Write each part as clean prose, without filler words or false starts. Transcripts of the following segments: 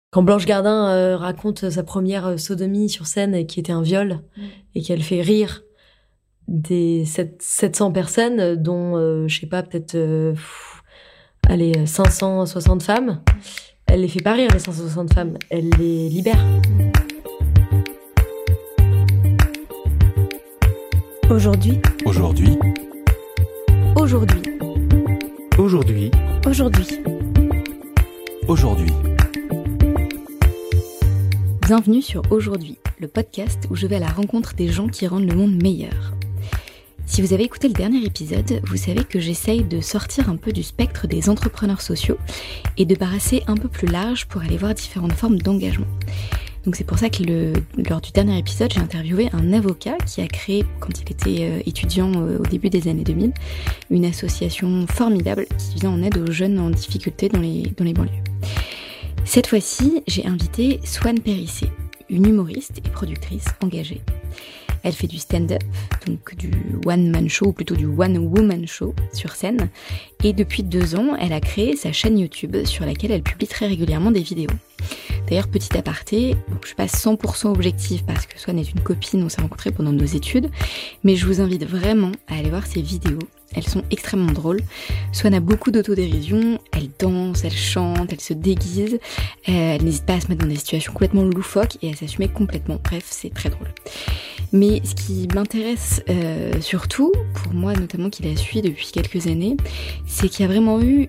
Quand Blanche Gardin raconte sa première sodomie sur scène qui était un viol et qu'elle fait rire des 700 personnes dont, je sais pas, peut-être 560 femmes, elle les fait pas rire les 560 femmes, elle les libère. Aujourd'hui. Aujourd'hui. Aujourd'hui. Aujourd'hui. Aujourd'hui. Aujourd'hui. Bienvenue sur Aujourd'hui, le podcast où je vais à la rencontre des gens qui rendent le monde meilleur. Si vous avez écouté le dernier épisode, vous savez que j'essaye de sortir un peu du spectre des entrepreneurs sociaux et de brasser un peu plus large pour aller voir différentes formes d'engagement. Donc c'est pour ça que lors du dernier épisode, j'ai interviewé un avocat qui a créé, quand il était étudiant au début des années 2000, une association formidable qui vient en aide aux jeunes en difficulté dans les banlieues. Cette fois-ci, j'ai invité Swan Périssé, une humoriste et productrice engagée. Elle fait du stand-up, donc du one-man show, ou plutôt du one-woman show sur scène. Et depuis 2 ans, elle a créé sa chaîne YouTube sur laquelle elle publie très régulièrement des vidéos. D'ailleurs, petit aparté, je ne suis pas 100% objective parce que Swan est une copine, on s'est rencontrés pendant nos études, mais je vous invite vraiment à aller voir ses vidéos. Elles sont extrêmement drôles. Swan a beaucoup d'autodérision, elle danse, elle chante, elle se déguise, elle n'hésite pas à se mettre dans des situations complètement loufoques et à s'assumer complètement. Bref, c'est très drôle. Mais ce qui m'intéresse surtout, pour moi notamment qui la suis depuis quelques années, c'est qu'il y a vraiment eu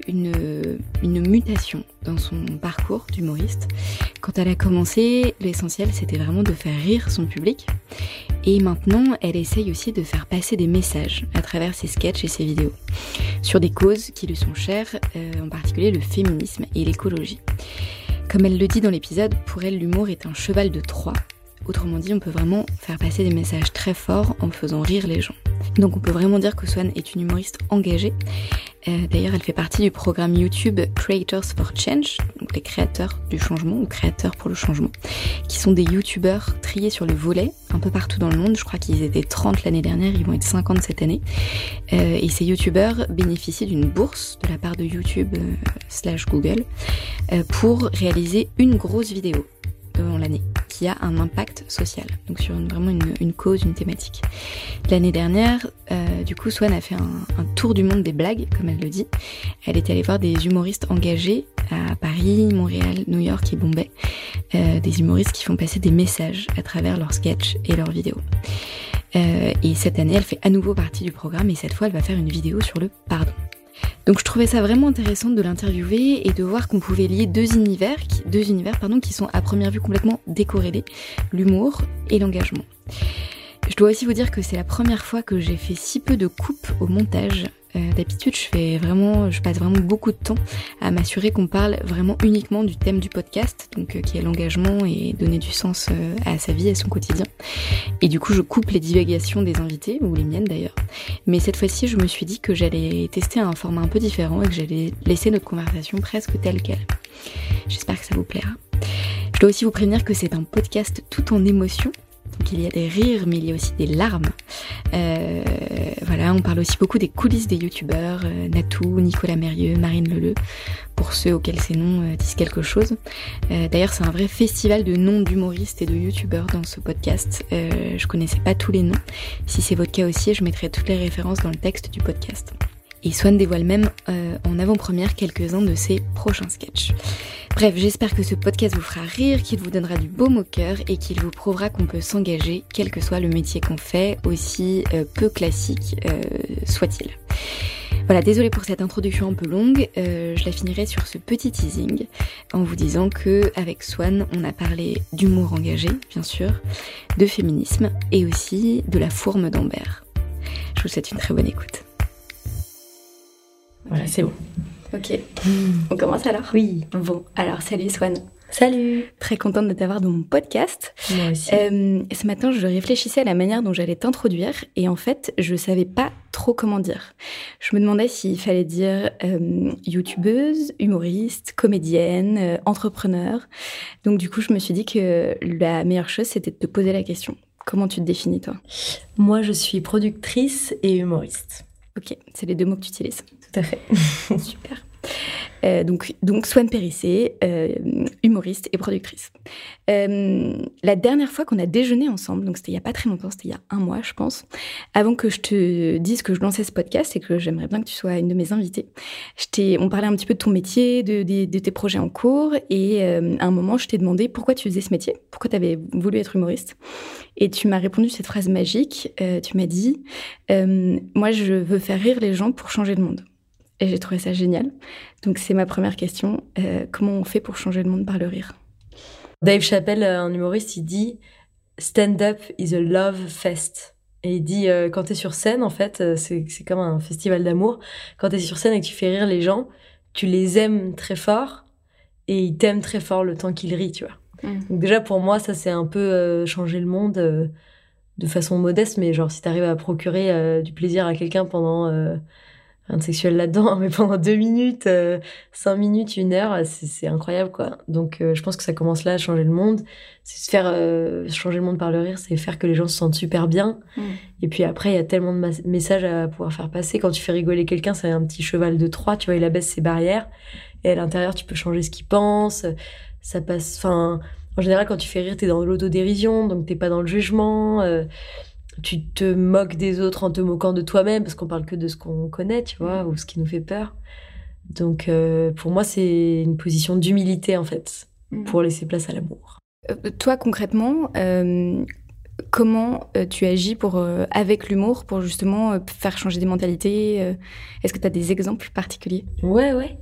une mutation dans son parcours d'humoriste. Quand elle a commencé, l'essentiel c'était vraiment de faire rire son public. Et maintenant, elle essaye aussi de faire passer des messages à travers ses sketchs et ses vidéos sur des causes qui lui sont chères, en particulier le féminisme et l'écologie. Comme elle le dit dans l'épisode, pour elle, l'humour est un cheval de Troie. Autrement dit, on peut vraiment faire passer des messages très forts en faisant rire les gens. Donc on peut vraiment dire que Swan est une humoriste engagée. D'ailleurs, elle fait partie du programme YouTube Creators for Change, donc les créateurs du changement ou créateurs pour le changement, qui sont des youtubeurs triés sur le volet un peu partout dans le monde. Je crois qu'ils étaient 30 l'année dernière, ils vont être 50 cette année. Et ces youtubeurs bénéficient d'une bourse de la part de YouTube / Google pour réaliser une grosse vidéo dans l'année qui a un impact social, donc sur vraiment une cause, une thématique. L'année dernière, du coup, Swan a fait un tour du monde des blagues, comme elle le dit. Elle est allée voir des humoristes engagés à Paris, Montréal, New York et Bombay, des humoristes qui font passer des messages à travers leurs sketchs et leurs vidéos. Et cette année, elle fait à nouveau partie du programme et cette fois, elle va faire une vidéo sur le pardon. Donc je trouvais ça vraiment intéressant de l'interviewer et de voir qu'on pouvait lier deux univers qui sont à première vue complètement décorrélés, l'humour et l'engagement. Je dois aussi vous dire que c'est la première fois que j'ai fait si peu de coupes au montage. D'habitude, je passe vraiment beaucoup de temps à m'assurer qu'on parle vraiment uniquement du thème du podcast, donc qui est l'engagement et donner du sens à sa vie, à son quotidien. Et du coup, je coupe les divagations des invités, ou les miennes d'ailleurs. Mais cette fois-ci, je me suis dit que j'allais tester un format un peu différent et que j'allais laisser notre conversation presque telle qu'elle. J'espère que ça vous plaira. Je dois aussi vous prévenir que c'est un podcast tout en émotion. Donc il y a des rires, mais il y a aussi des larmes. Voilà, on parle aussi beaucoup des coulisses des youtubeurs, Natou, Nicolas Mérieux, Marine Leleu, pour ceux auxquels ces noms disent quelque chose. D'ailleurs, c'est un vrai festival de noms d'humoristes et de youtubeurs dans ce podcast. Je connaissais pas tous les noms. Si c'est votre cas aussi, je mettrai toutes les références dans le texte du podcast. Et Swan dévoile même en avant-première quelques-uns de ses prochains sketchs. Bref, j'espère que ce podcast vous fera rire, qu'il vous donnera du baume au cœur et qu'il vous prouvera qu'on peut s'engager, quel que soit le métier qu'on fait, aussi peu classique soit-il. Voilà, désolée pour cette introduction un peu longue, je la finirai sur ce petit teasing en vous disant que avec Swan, on a parlé d'humour engagé, bien sûr, de féminisme et aussi de la fourme d'Ambert. Je vous souhaite une très bonne écoute. Voilà, c'est bon. Ok, on commence alors ? Oui. Bon, alors salut Swan. Salut. Très contente de t'avoir dans mon podcast. Moi aussi. Ce matin, je réfléchissais à la manière dont j'allais t'introduire et en fait, je savais pas trop comment dire. Je me demandais s'il fallait dire youtubeuse, humoriste, comédienne, entrepreneur. Donc du coup, je me suis dit que la meilleure chose, c'était de te poser la question. Comment tu te définis, toi ? Moi, je suis productrice et humoriste. Ok, c'est les 2 mots que tu utilises. Tout à fait. Super. Donc Swan Périssé, humoriste et productrice. La dernière fois qu'on a déjeuné ensemble, donc c'était il n'y a pas très longtemps, c'était il y a 1 mois, je pense, avant que je te dise que je lançais ce podcast et que j'aimerais bien que tu sois une de mes invitées, on parlait un petit peu de ton métier, de tes projets en cours, et à un moment, je t'ai demandé pourquoi tu faisais ce métier, pourquoi tu avais voulu être humoriste. Et tu m'as répondu cette phrase magique, tu m'as dit « Moi, je veux faire rire les gens pour changer le monde ». Et j'ai trouvé ça génial. Donc, c'est ma première question. Comment on fait pour changer le monde par le rire ? Dave Chappelle, un humoriste, il dit « Stand-up is a love fest ». Et il dit quand t'es sur scène, en fait, c'est comme un festival d'amour. Quand t'es sur scène et que tu fais rire les gens, tu les aimes très fort et ils t'aiment très fort le temps qu'ils rient, tu vois. Donc déjà, pour moi, ça, c'est un peu changer le monde de façon modeste. Mais genre, si t'arrives à procurer du plaisir à quelqu'un pendant... rien de sexuel là-dedans, mais pendant 2 minutes, 5 minutes, 1 heure, c'est incroyable, quoi. Donc, je pense que ça commence là, à changer le monde. C'est se faire changer le monde par le rire, c'est faire que les gens se sentent super bien. Et puis après, il y a tellement de messages à pouvoir faire passer. Quand tu fais rigoler quelqu'un, c'est un petit cheval de Troie, tu vois, il abaisse ses barrières. Et à l'intérieur, tu peux changer ce qu'il pense. Ça passe... Enfin, en général, quand tu fais rire, t'es dans l'autodérision, donc t'es pas dans le jugement. Tu te moques des autres en te moquant de toi-même, parce qu'on parle que de ce qu'on connaît, tu vois, ou ce qui nous fait peur. Donc, pour moi, c'est une position d'humilité, en fait, pour laisser place à l'amour. Toi, concrètement, comment tu agis avec l'humour pour justement faire changer des mentalités ? Est-ce que tu as des exemples particuliers ? Ouais.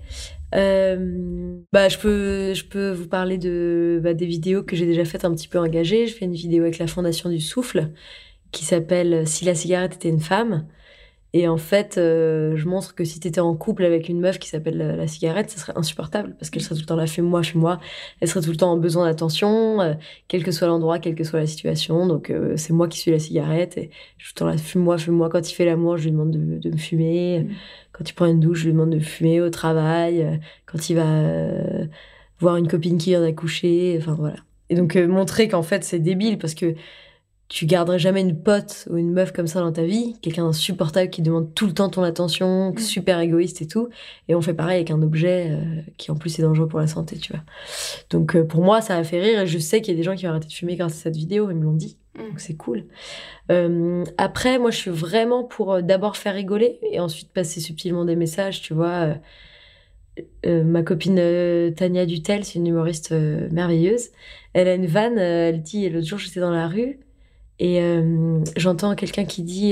Je peux vous parler des vidéos que j'ai déjà faites un petit peu engagées. Je fais une vidéo avec la Fondation du Souffle, qui s'appelle « Si la cigarette était une femme ». Et en fait, je montre que si t'étais en couple avec une meuf qui s'appelle la cigarette, ça serait insupportable, parce qu'elle serait tout le temps là, fume-moi. Elle serait tout le temps en besoin d'attention, quel que soit l'endroit, quelle que soit la situation. Donc, c'est moi qui suis la cigarette. Et je suis tout le temps là, fume-moi. Quand il fait l'amour, je lui demande de me fumer. Quand il prend une douche, je lui demande de fumer au travail. Quand il va voir une copine qui vient d'accoucher. Enfin, voilà. Et donc, montrer qu'en fait, c'est débile, parce que tu garderais jamais une pote ou une meuf comme ça dans ta vie, quelqu'un d'insupportable qui demande tout le temps ton attention, super égoïste et tout. Et on fait pareil avec un objet qui en plus est dangereux pour la santé, tu vois. Donc pour moi, ça a fait rire, et je sais qu'il y a des gens qui ont arrêté de fumer grâce à cette vidéo, ils me l'ont dit. Donc c'est cool. Après, moi, je suis vraiment pour d'abord faire rigoler et ensuite passer subtilement des messages, tu vois. Ma copine Tania Dutel, c'est une humoriste merveilleuse. Elle a une vanne, elle dit, l'autre jour, j'étais dans la rue, et j'entends quelqu'un qui dit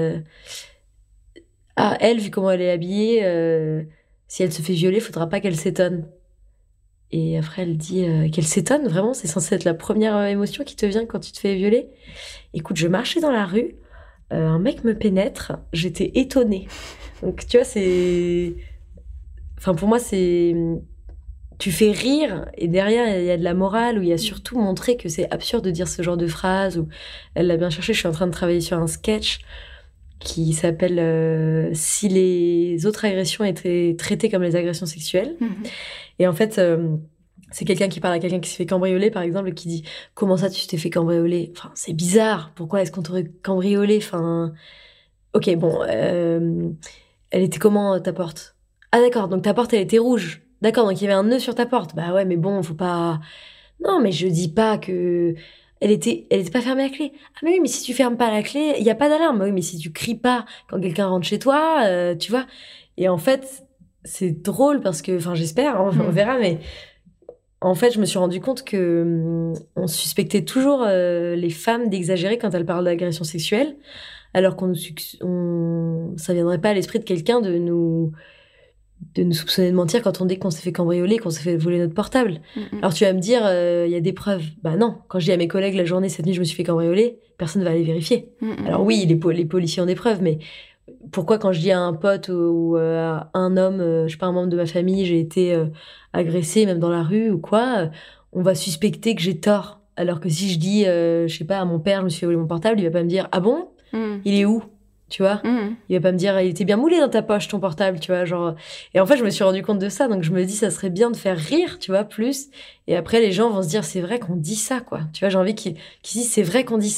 elle, vu comment elle est habillée, si elle se fait violer, faudra pas qu'elle s'étonne. Et après, elle dit qu'elle s'étonne, vraiment, c'est censé être la première émotion qui te vient quand tu te fais violer. Écoute, je marchais dans la rue, un mec me pénètre, j'étais étonnée. Donc, tu vois, c'est... Enfin, pour moi, c'est... Tu fais rire, et derrière, il y a de la morale, où il y a surtout montré que c'est absurde de dire ce genre de phrase, où elle l'a bien cherché. Je suis en train de travailler sur un sketch qui s'appelle Si les autres agressions étaient traitées comme les agressions sexuelles. Et en fait, c'est quelqu'un qui parle à quelqu'un qui s'est fait cambrioler, par exemple, et qui dit « Comment ça, tu t'es fait cambrioler ?» Enfin, c'est bizarre. Pourquoi est-ce qu'on t'aurait cambriolé ? Enfin, ok, bon, elle était comment, ta porte ? Ah d'accord, donc ta porte, elle était rouge. D'accord, donc il y avait un nœud sur ta porte. Bah ouais, mais bon, faut pas... Non, mais je dis pas que... Elle était pas fermée à clé. Ah mais oui, mais si tu fermes pas la clé, il y a pas d'alarme. Bah oui, mais si tu cries pas quand quelqu'un rentre chez toi, tu vois. Et en fait, c'est drôle parce que... Enfin, j'espère, on verra, mais... En fait, je me suis rendu compte que on suspectait toujours les femmes d'exagérer quand elles parlent d'agression sexuelle, alors ça viendrait pas à l'esprit de quelqu'un de nous soupçonner de mentir quand on dit qu'on s'est fait cambrioler, qu'on s'est fait voler notre portable. Alors tu vas me dire, y a des preuves. Bah non, quand je dis à mes collègues la journée, cette nuit, je me suis fait cambrioler, personne ne va aller vérifier. Alors oui, les policiers ont des preuves, mais pourquoi quand je dis à un pote ou à un homme, je sais pas, un membre de ma famille, j'ai été agressée, même dans la rue ou quoi, on va suspecter que j'ai tort. Alors que si je dis, je sais pas, à mon père, je me suis fait voler mon portable, il va pas me dire, ah bon ? Il est où ? Tu vois, il va pas me dire il était bien moulé dans ta poche ton portable, tu vois, genre. Et en fait, je me suis rendu compte de ça, donc je me dis ça serait bien de faire rire, tu vois, plus. Et après, les gens vont se dire c'est vrai qu'on dit ça, quoi. Tu vois, j'ai envie qu'ils disent c'est vrai qu'on dit ça.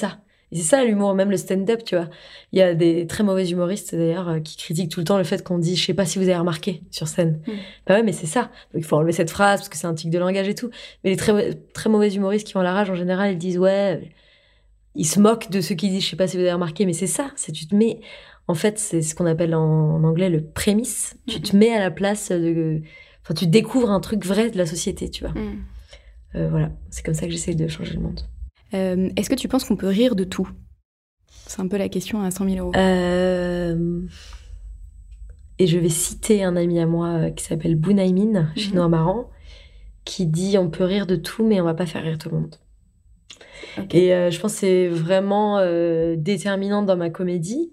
Et c'est ça l'humour, même le stand-up, tu vois. Il y a des très mauvais humoristes d'ailleurs qui critiquent tout le temps le fait qu'on dit « je sais pas si vous avez remarqué » sur scène. Bah ouais, mais c'est ça. Donc il faut enlever cette phrase parce que c'est un tic de langage et tout. Mais les très, très mauvais humoristes qui ont la rage, en général, ils disent « ouais », ils se moquent de ceux qui disent « je sais pas si vous avez remarqué », mais c'est ça. C'est tu te mets... En fait, c'est ce qu'on appelle en anglais le prémisse. Tu te mets à la place de... Enfin, tu découvres un truc vrai de la société, tu vois. Voilà, c'est comme ça que j'essaie de changer le monde. Est-ce que tu penses qu'on peut rire de tout ? C'est un peu la question à 100 000 €. Et je vais citer un ami à moi qui s'appelle Bunaimin, chinois marrant, qui dit « on peut rire de tout, mais on va pas faire rire tout le monde ». Okay. Et je pense que c'est vraiment déterminant dans ma comédie.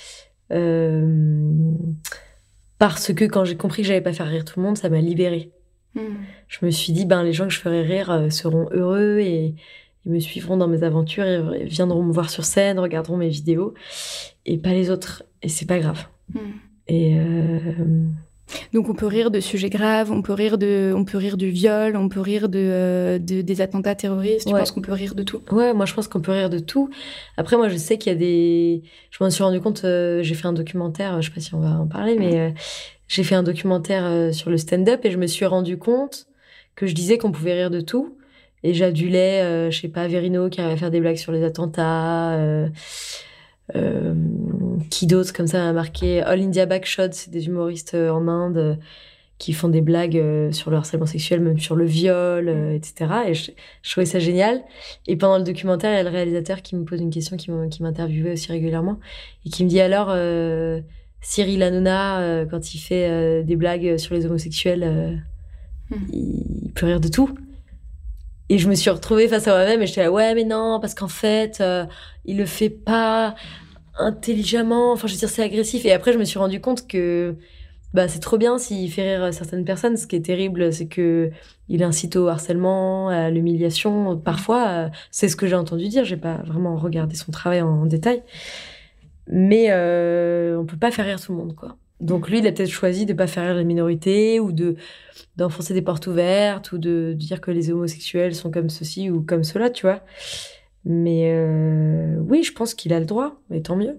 Parce que quand j'ai compris que j'allais pas faire rire tout le monde, ça m'a libérée. Je me suis dit, les gens que je ferai rire seront heureux et ils me suivront dans mes aventures et viendront me voir sur scène, regarderont mes vidéos et pas les autres. Et c'est pas grave. Et donc on peut rire de sujets graves, on peut rire du viol, on peut rire des attentats terroristes. Tu penses qu'on peut rire de tout ? Ouais, moi je pense qu'on peut rire de tout. Après moi je sais qu'il y a des... Je m'en suis rendu compte, j'ai fait un documentaire, je sais pas si on va en parler, mais j'ai fait un documentaire sur le stand-up et je me suis rendu compte que je disais qu'on pouvait rire de tout. Et j'adulais, je sais pas, Verino qui arrivait à faire des blagues sur les attentats... qui d'autre comme ça m'a marqué? All India Bakshot, c'est des humoristes en Inde qui font des blagues sur le harcèlement sexuel, même sur le viol, etc. Et je trouvais ça génial. Et pendant le documentaire, il y a le réalisateur qui me pose une question, qui m'interviewait aussi régulièrement, et qui me dit alors, Cyril Hanouna, quand il fait des blagues sur les homosexuels, il peut rire de tout. Et je me suis retrouvée face à moi-même et j'étais là, ouais, mais non, parce qu'en fait, il le fait pas intelligemment. Enfin, je veux dire, c'est agressif. Et après, je me suis rendu compte que c'est trop bien s'il fait rire certaines personnes. Ce qui est terrible, c'est que il incite au harcèlement, à l'humiliation. Parfois, c'est ce que j'ai entendu dire. J'ai pas vraiment regardé son travail en détail. Mais on peut pas faire rire tout le monde, quoi. Donc lui, il a peut-être choisi de pas faire rire les minorités ou d'enfoncer des portes ouvertes ou de dire que les homosexuels sont comme ceci ou comme cela, tu vois. Mais oui, je pense qu'il a le droit, et tant mieux.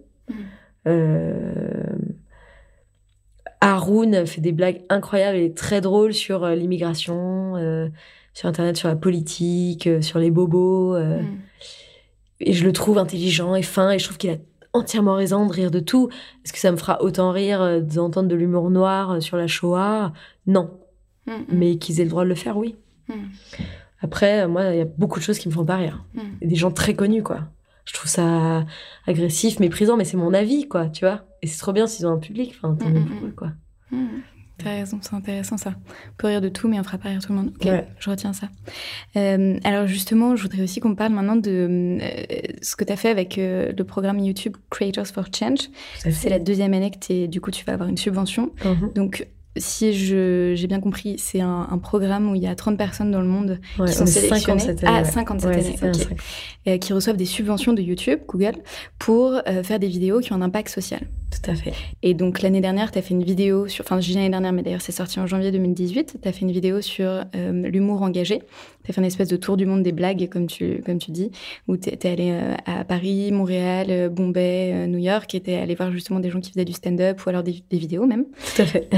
Haroun fait des blagues incroyables et très drôles sur l'immigration, sur Internet, sur la politique, sur les bobos. Et je le trouve intelligent et fin et je trouve qu'il a entièrement raison de rire de tout. Est-ce que ça me fera autant rire d'entendre de l'humour noir sur la Shoah ? Non. Mais qu'ils aient le droit de le faire, oui. Après, moi, il y a beaucoup de choses qui me font pas rire. Et des gens très connus, quoi. Je trouve ça agressif, méprisant, mais c'est mon avis, quoi, tu vois. Et c'est trop bien s'ils ont un public, enfin, tant mieux pour eux, quoi. T'as raison, c'est intéressant ça. On peut rire de tout, mais on fera pas rire tout le monde. Ok, ouais. Je retiens ça. Alors justement, je voudrais aussi qu'on parle maintenant de ce que tu as fait avec le programme YouTube Creators for Change. C'est la 2e année que du coup, tu vas avoir une subvention. Donc, si j'ai bien compris, c'est un programme où il y a 30 personnes dans le monde qui sont sélectionnées. 50 cette année, okay. Qui reçoivent des subventions de YouTube, Google, pour faire des vidéos qui ont un impact social. Tout à fait. Et donc, l'année dernière, tu as fait une vidéo sur... Enfin, je dis l'année dernière, mais d'ailleurs, c'est sorti en janvier 2018. Tu as fait une vidéo sur l'humour engagé. Tu as fait une espèce de tour du monde des blagues, comme tu dis, où tu es allé à Paris, Montréal, Bombay, New York, et tu es allé voir justement des gens qui faisaient du stand-up ou alors des vidéos même. Tout à fait.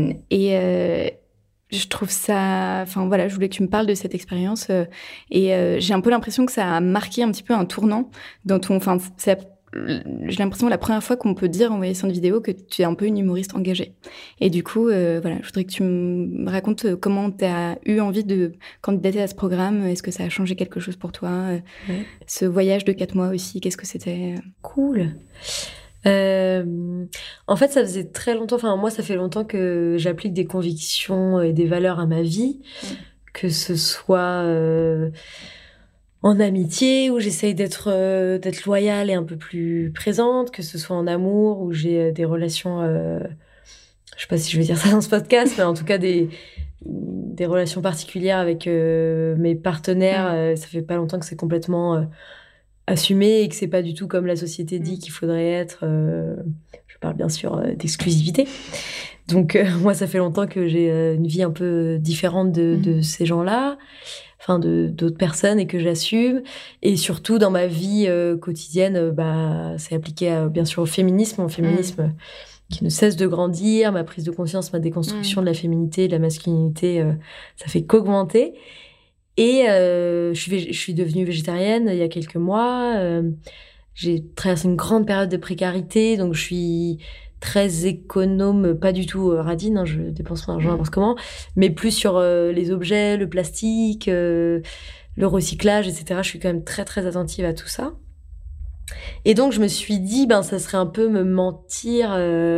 Je trouve ça... Enfin, voilà, je voulais que tu me parles de cette expérience. J'ai un peu l'impression que ça a marqué un petit peu un tournant dans ton... Enfin, j'ai l'impression la première fois qu'on peut dire en voyant cette vidéo que tu es un peu une humoriste engagée. Et du coup, voilà, je voudrais que tu me racontes comment tu as eu envie de candidater à ce programme. Est-ce que ça a changé quelque chose pour toi ? Ce voyage de 4 mois aussi, qu'est-ce que c'était ? Cool. En fait, ça faisait très longtemps, enfin moi ça fait longtemps que j'applique des convictions et des valeurs à ma vie, que ce soit en amitié où j'essaye d'être loyale et un peu plus présente, que ce soit en amour où j'ai des relations, je sais pas si je vais dire ça dans ce podcast, mais en tout cas des relations particulières avec mes partenaires. Ça fait pas longtemps que c'est complètement assumé et que c'est pas du tout comme la société dit qu'il faudrait être. Je parle bien sûr d'exclusivité. Donc, moi, ça fait longtemps que j'ai une vie un peu différente de ces gens-là, enfin, d'autres personnes, et que j'assume. Et surtout, dans ma vie quotidienne, c'est appliqué, bien sûr, au féminisme. Au féminisme qui ne cesse de grandir, ma prise de conscience, ma déconstruction de la féminité, de la masculinité, ça fait qu'augmenter. Et je suis devenue végétarienne il y a quelques mois. J'ai traversé une grande période de précarité, donc je suis très économe, pas du tout radine, je dépense mon argent n'importe comment, mais plus sur les objets, le plastique, le recyclage, etc. Je suis quand même très très attentive à tout ça. Et donc je me suis dit, ça serait un peu me mentir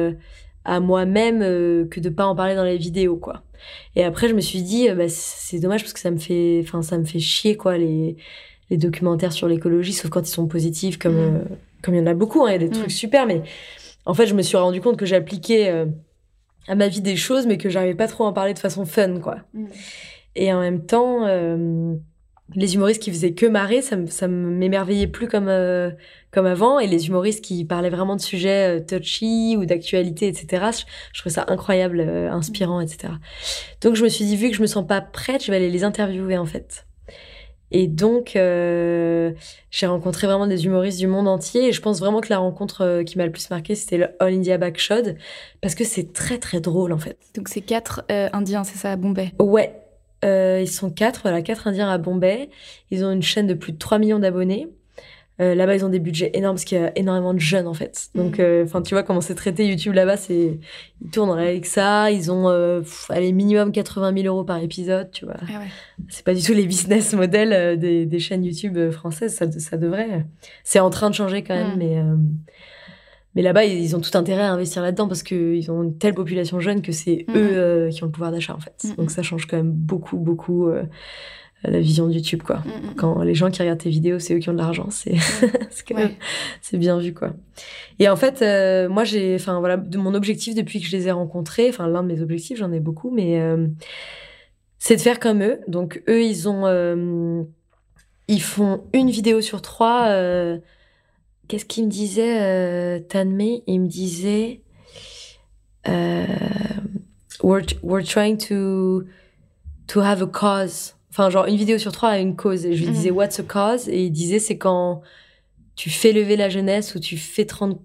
à moi-même que de pas en parler dans les vidéos, quoi. Et après je me suis dit, c'est dommage parce que ça me fait chier, quoi, les documentaires sur l'écologie, sauf quand ils sont positifs, comme il y en a beaucoup, hein, il y a des trucs super, mais en fait, je me suis rendu compte que j'appliquais à ma vie des choses, mais que j'arrivais pas trop à en parler de façon fun, quoi. Et en même temps, les humoristes qui faisaient que marrer, ça m'émerveillait plus comme avant, et les humoristes qui parlaient vraiment de sujets touchy ou d'actualité, etc., je trouvais ça incroyable, inspirant, etc. Donc, je me suis dit, vu que je me sens pas prête, je vais aller les interviewer, en fait. Et donc, j'ai rencontré vraiment des humoristes du monde entier. Et je pense vraiment que la rencontre qui m'a le plus marquée, c'était le All India Bakshod. Parce que c'est très, très drôle, en fait. Donc, c'est 4 Indiens, c'est ça, à Bombay? Ouais. Ils sont 4 Indiens à Bombay. Ils ont une chaîne de plus de 3 millions d'abonnés. Là-bas, ils ont des budgets énormes parce qu'il y a énormément de jeunes, en fait. Donc, tu vois comment c'est traité YouTube là-bas, ils tournent avec ça. Ils ont, minimum 80 000 euros par épisode, tu vois. Ah ouais. C'est pas du tout les business models des chaînes YouTube françaises. Ça devrait. C'est en train de changer quand même, mais là-bas, ils ont tout intérêt à investir là-dedans parce qu'ils ont une telle population jeune que c'est eux qui ont le pouvoir d'achat, en fait. Donc, ça change quand même beaucoup, beaucoup la vision de YouTube, quoi. Quand les gens qui regardent tes vidéos, c'est eux qui ont de l'argent, c'est c'est bien vu, quoi. Et en fait, moi, de mon objectif depuis que je les ai rencontrés, l'un de mes objectifs, j'en ai beaucoup, mais c'est de faire comme eux. Donc, eux, ils font une vidéo sur 3. Qu'est-ce qu'il me disait, Tanmay? Il me disait we're trying to have a cause. Enfin, genre, une vidéo sur 3 a une cause. Et je lui disais, what's a cause? Et il disait, c'est quand tu fais lever la jeunesse ou tu fais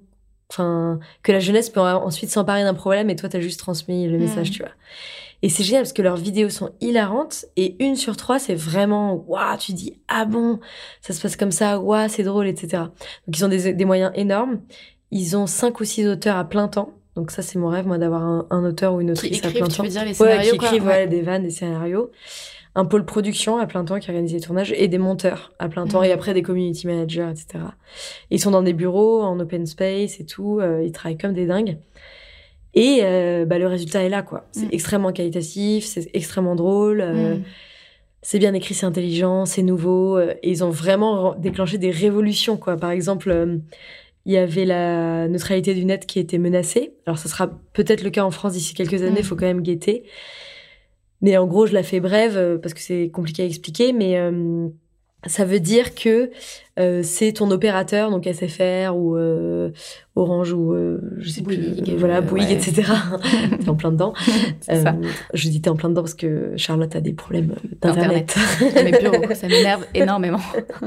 que la jeunesse peut ensuite s'emparer d'un problème et toi, t'as juste transmis le message, tu vois. Et c'est génial parce que leurs vidéos sont hilarantes et 1 sur 3, c'est vraiment, waouh, tu dis, ah bon, ça se passe comme ça, waouh, c'est drôle, etc. Donc, ils ont des moyens énormes. Ils ont 5 ou 6 auteurs à plein temps. Donc, ça, c'est mon rêve, moi, d'avoir un auteur ou une autrice à plein temps. Tu veux dire les scénarios, qui écrivent des vannes, des scénarios. Un pôle production à plein temps qui organise les tournages et des monteurs à plein temps et après des community managers, etc. Et ils sont dans des bureaux, en open space et tout. Ils travaillent comme des dingues. Et le résultat est là, quoi. C'est extrêmement qualitatif, c'est extrêmement drôle. C'est bien écrit, c'est intelligent, c'est nouveau. Et ils ont vraiment déclenché des révolutions, quoi. Par exemple, il y avait la neutralité du net qui était menacée. Alors, ça sera peut-être le cas en France d'ici quelques années, il faut quand même guetter. Mais en gros, je la fais brève parce que c'est compliqué à expliquer, mais ça veut dire que c'est ton opérateur, donc SFR ou Orange ou je sais plus, Bouygues, etc. T'es en plein dedans. Je dis t'es en plein dedans parce que Charlotte a des problèmes d'internet. Mais bureau, ça m'énerve énormément.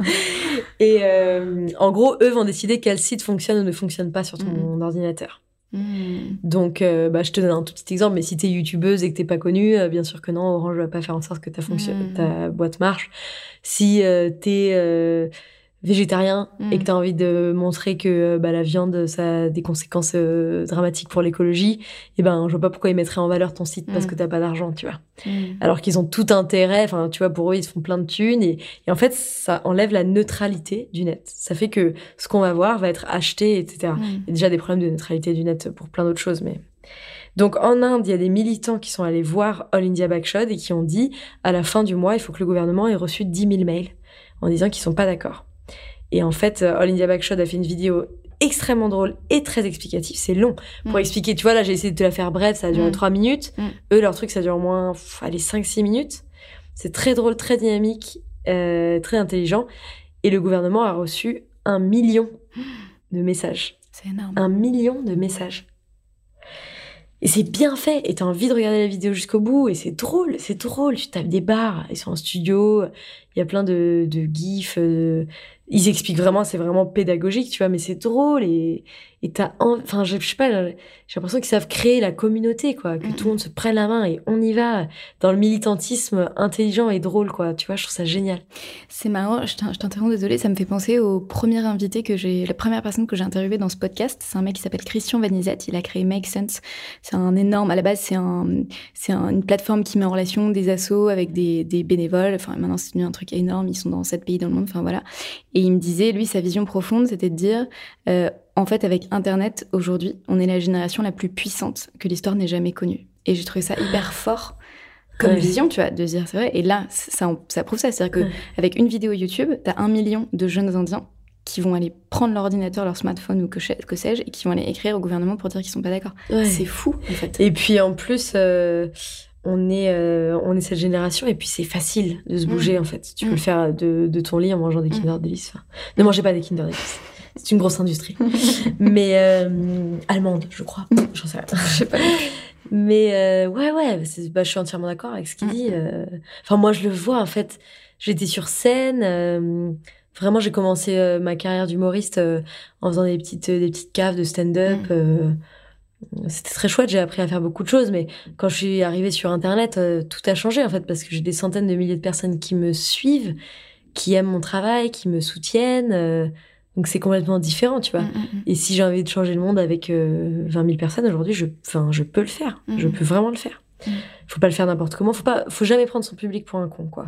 Et en gros, eux vont décider quel site fonctionne ou ne fonctionne pas sur ton ordinateur. Donc, je te donne un tout petit exemple, mais si t'es youtubeuse et que t'es pas connue, bien sûr que non, Orange va pas faire en sorte que ta boîte marche. Si t'es végétarien et que t'as envie de montrer que la viande, ça a des conséquences dramatiques pour l'écologie, je vois pas pourquoi ils mettraient en valeur ton site parce que t'as pas d'argent, tu vois. Alors qu'ils ont tout intérêt, tu vois, pour eux, ils se font plein de thunes et en fait, ça enlève la neutralité du net. Ça fait que ce qu'on va voir va être acheté, etc. Il y a déjà des problèmes de neutralité du net pour plein d'autres choses, mais... Donc, en Inde, il y a des militants qui sont allés voir All India Bakshod et qui ont dit, à la fin du mois, il faut que le gouvernement ait reçu 10 000 mails en disant qu'ils sont pas d'accord. Et en fait, All India Bakshod a fait une vidéo extrêmement drôle et très explicative. C'est long pour expliquer. Tu vois, là, j'ai essayé de te la faire brève, ça a duré 3 minutes. Eux, leur truc, ça dure au moins 5-6 minutes. C'est très drôle, très dynamique, très intelligent. Et le gouvernement a reçu 1 million de messages. C'est énorme. 1 million de messages. Et c'est bien fait, et t'as envie de regarder la vidéo jusqu'au bout, et c'est drôle, tu tapes des barres, ils sont en studio, il y a plein de gifs, ils expliquent vraiment, c'est vraiment pédagogique, tu vois, mais c'est drôle, et enfin, je sais pas, j'ai l'impression qu'ils savent créer la communauté, quoi, que tout le monde se prenne la main, et on y va, dans le militantisme intelligent et drôle, quoi, tu vois, je trouve ça génial. C'est marrant, je t'interromps, désolée, ça me fait penser au premier invité la première personne que j'ai interviewée dans ce podcast, c'est un mec qui s'appelle Christian Vanizette, il a créé Make Sense. C'est un énorme, à la base, c'est une plateforme qui met en relation des assos avec des bénévoles. Enfin, maintenant, c'est devenu un truc énorme. Ils sont dans 7 pays dans le monde. Enfin, voilà. Et il me disait, lui, sa vision profonde, c'était de dire, en fait, avec Internet, aujourd'hui, on est la génération la plus puissante que l'histoire n'ait jamais connue. Et j'ai trouvé ça hyper fort comme vision, tu vois, de dire, c'est vrai. Et là, ça prouve ça. C'est-à-dire qu'avec une vidéo YouTube, t'as 1 million de jeunes Indiens qui vont aller prendre l'ordinateur, leur smartphone ou que sais-je, et qui vont aller écrire au gouvernement pour dire qu'ils sont pas d'accord. Ouais. C'est fou, en fait. Et puis, en plus, on est cette génération, et puis c'est facile de se bouger, en fait. Tu peux le faire de ton lit en mangeant des Kinder Delice. Enfin, ne mangez pas des Kinder Delice. C'est une grosse industrie. Mais allemande, je crois. J'en sais rien. Je sais pas. Mais ouais, je suis entièrement d'accord avec ce qu'il dit. Enfin, moi, je le vois, en fait. J'étais sur scène... Vraiment, j'ai commencé ma carrière d'humoriste en faisant des petites caves de stand-up. C'était très chouette, j'ai appris à faire beaucoup de choses, mais quand je suis arrivée sur Internet, tout a changé, en fait, parce que j'ai des centaines de milliers de personnes qui me suivent, qui aiment mon travail, qui me soutiennent. Donc, c'est complètement différent, tu vois. Et si j'ai envie de changer le monde avec 20 000 personnes aujourd'hui, je peux le faire. Je peux vraiment le faire. Faut pas le faire n'importe comment. Faut jamais prendre son public pour un con, quoi.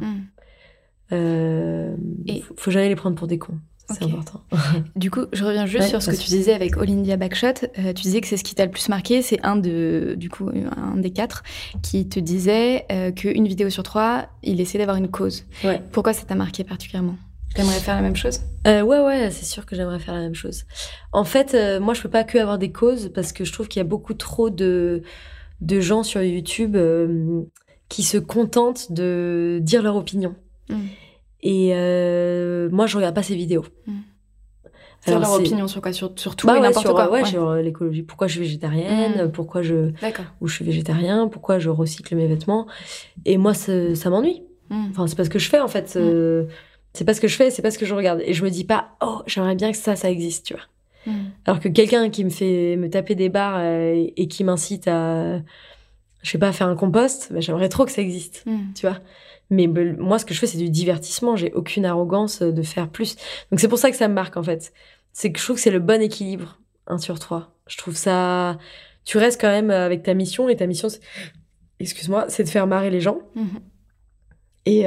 Faut jamais les prendre pour des cons, c'est important. Du coup, je reviens juste sur ce que tu disais avec All India Backshot. Tu disais que c'est ce qui t'a le plus marqué. C'est un des 4 qui te disait qu'une vidéo sur 3, il essaie d'avoir une cause. Ouais. Pourquoi ça t'a marqué particulièrement ? T'aimerais faire la même chose ? Ouais, c'est sûr que j'aimerais faire la même chose. En fait, moi, je peux pas que avoir des causes, parce que je trouve qu'il y a beaucoup trop de gens sur YouTube qui se contentent de dire leur opinion. Et moi, je regarde pas ces vidéos. Alors, leur opinion sur quoi ? Sur tout et n'importe quoi. Ouais, sur l'écologie. Pourquoi je suis végétarienne, pourquoi je suis végétarien, pourquoi je recycle mes vêtements. Et moi, ça m'ennuie. Enfin, c'est pas ce que je fais, en fait. C'est pas ce que je fais, c'est pas ce que je regarde. Et je me dis pas, oh, j'aimerais bien que ça existe, tu vois. Alors que quelqu'un qui me fait me taper des barres et qui m'incite à, je sais pas, faire un compost, j'aimerais trop que ça existe, tu vois. Mais moi, ce que je fais, c'est du divertissement. J'ai aucune arrogance de faire plus. Donc, c'est pour ça que ça me marque, en fait. C'est que je trouve que c'est le bon équilibre, 1 sur 3. Je trouve ça... Tu restes quand même avec ta mission, et ta mission, c'est de faire marrer les gens. Et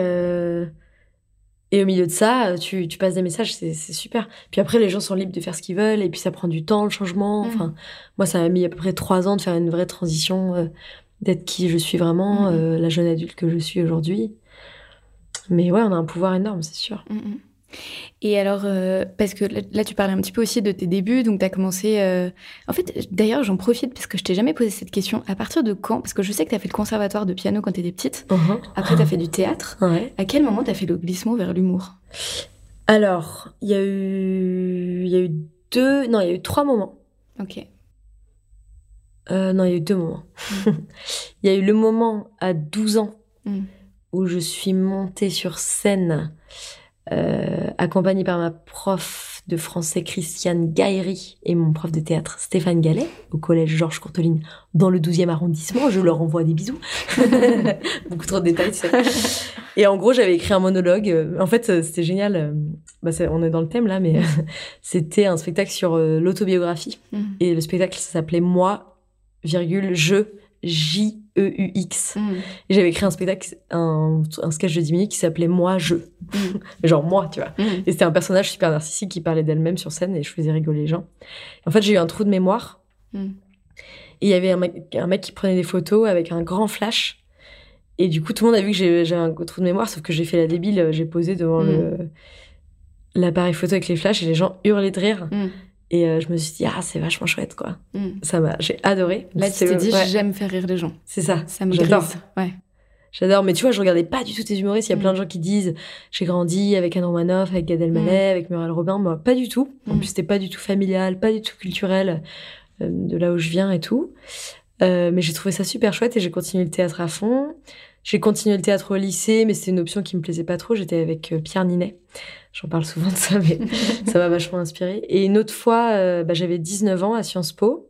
au milieu de ça, tu passes des messages, c'est super. Puis après, les gens sont libres de faire ce qu'ils veulent, et puis ça prend du temps, le changement. Enfin, moi, ça m'a mis à peu près 3 ans de faire une vraie transition, d'être qui je suis vraiment, la jeune adulte que je suis aujourd'hui. Mais ouais, on a un pouvoir énorme, c'est sûr. Et alors, parce que là, tu parlais un petit peu aussi de tes débuts, donc tu as commencé... En fait, d'ailleurs, j'en profite, parce que je t'ai jamais posé cette question. À partir de quand ? Parce que je sais que tu as fait le conservatoire de piano quand tu étais petite. Après, tu as fait du théâtre. Ouais. À quel moment tu as fait le glissement vers l'humour ? Alors, il y a eu 3 moments. Ok. Non, il y a eu 2 moments. Il y a eu le moment à 12 ans où je suis montée sur scène accompagnée par ma prof de français Christiane Gaillery et mon prof de théâtre Stéphane Gallet au collège Georges Courteline dans le 12e arrondissement. Je leur envoie des bisous. Beaucoup trop de détails, tu sais. Et en gros, j'avais écrit un monologue. En fait, c'était génial. On est dans le thème là, mais c'était un spectacle sur l'autobiographie. Et le spectacle, ça s'appelait Moi, je, J-E-U-X. Et j'avais écrit un spectacle, un sketch de 10 minutes qui s'appelait Moi, je. Genre moi, tu vois. Et c'était un personnage super narcissique qui parlait d'elle-même sur scène et je faisais rigoler les gens. Et en fait, j'ai eu un trou de mémoire. Et il y avait un mec qui prenait des photos avec un grand flash. Et du coup, tout le monde a vu que j'avais un trou de mémoire, sauf que j'ai fait la débile. J'ai posé devant l'appareil photo avec les flashs et les gens hurlaient de rire. Et je me suis dit, c'est vachement chouette, quoi. J'ai adoré. Là, tu t'es dit, j'aime faire rire les gens. C'est ça. Ça me grise. Ouais. J'adore. Mais tu vois, je regardais pas du tout tes humoristes. Il y a plein de gens qui disent, j'ai grandi avec Anne Romanoff, avec Gad Elmaleh, avec Muriel Robin. Moi, pas du tout. En plus, c'était pas du tout familial, pas du tout culturel, de là où je viens et tout. Mais j'ai trouvé ça super chouette et j'ai continué le théâtre à fond. J'ai continué le théâtre au lycée, mais c'était une option qui me plaisait pas trop. J'étais avec Pierre Ninet. J'en parle souvent de ça, mais ça m'a vachement inspirée. Et une autre fois, j'avais 19 ans à Sciences Po.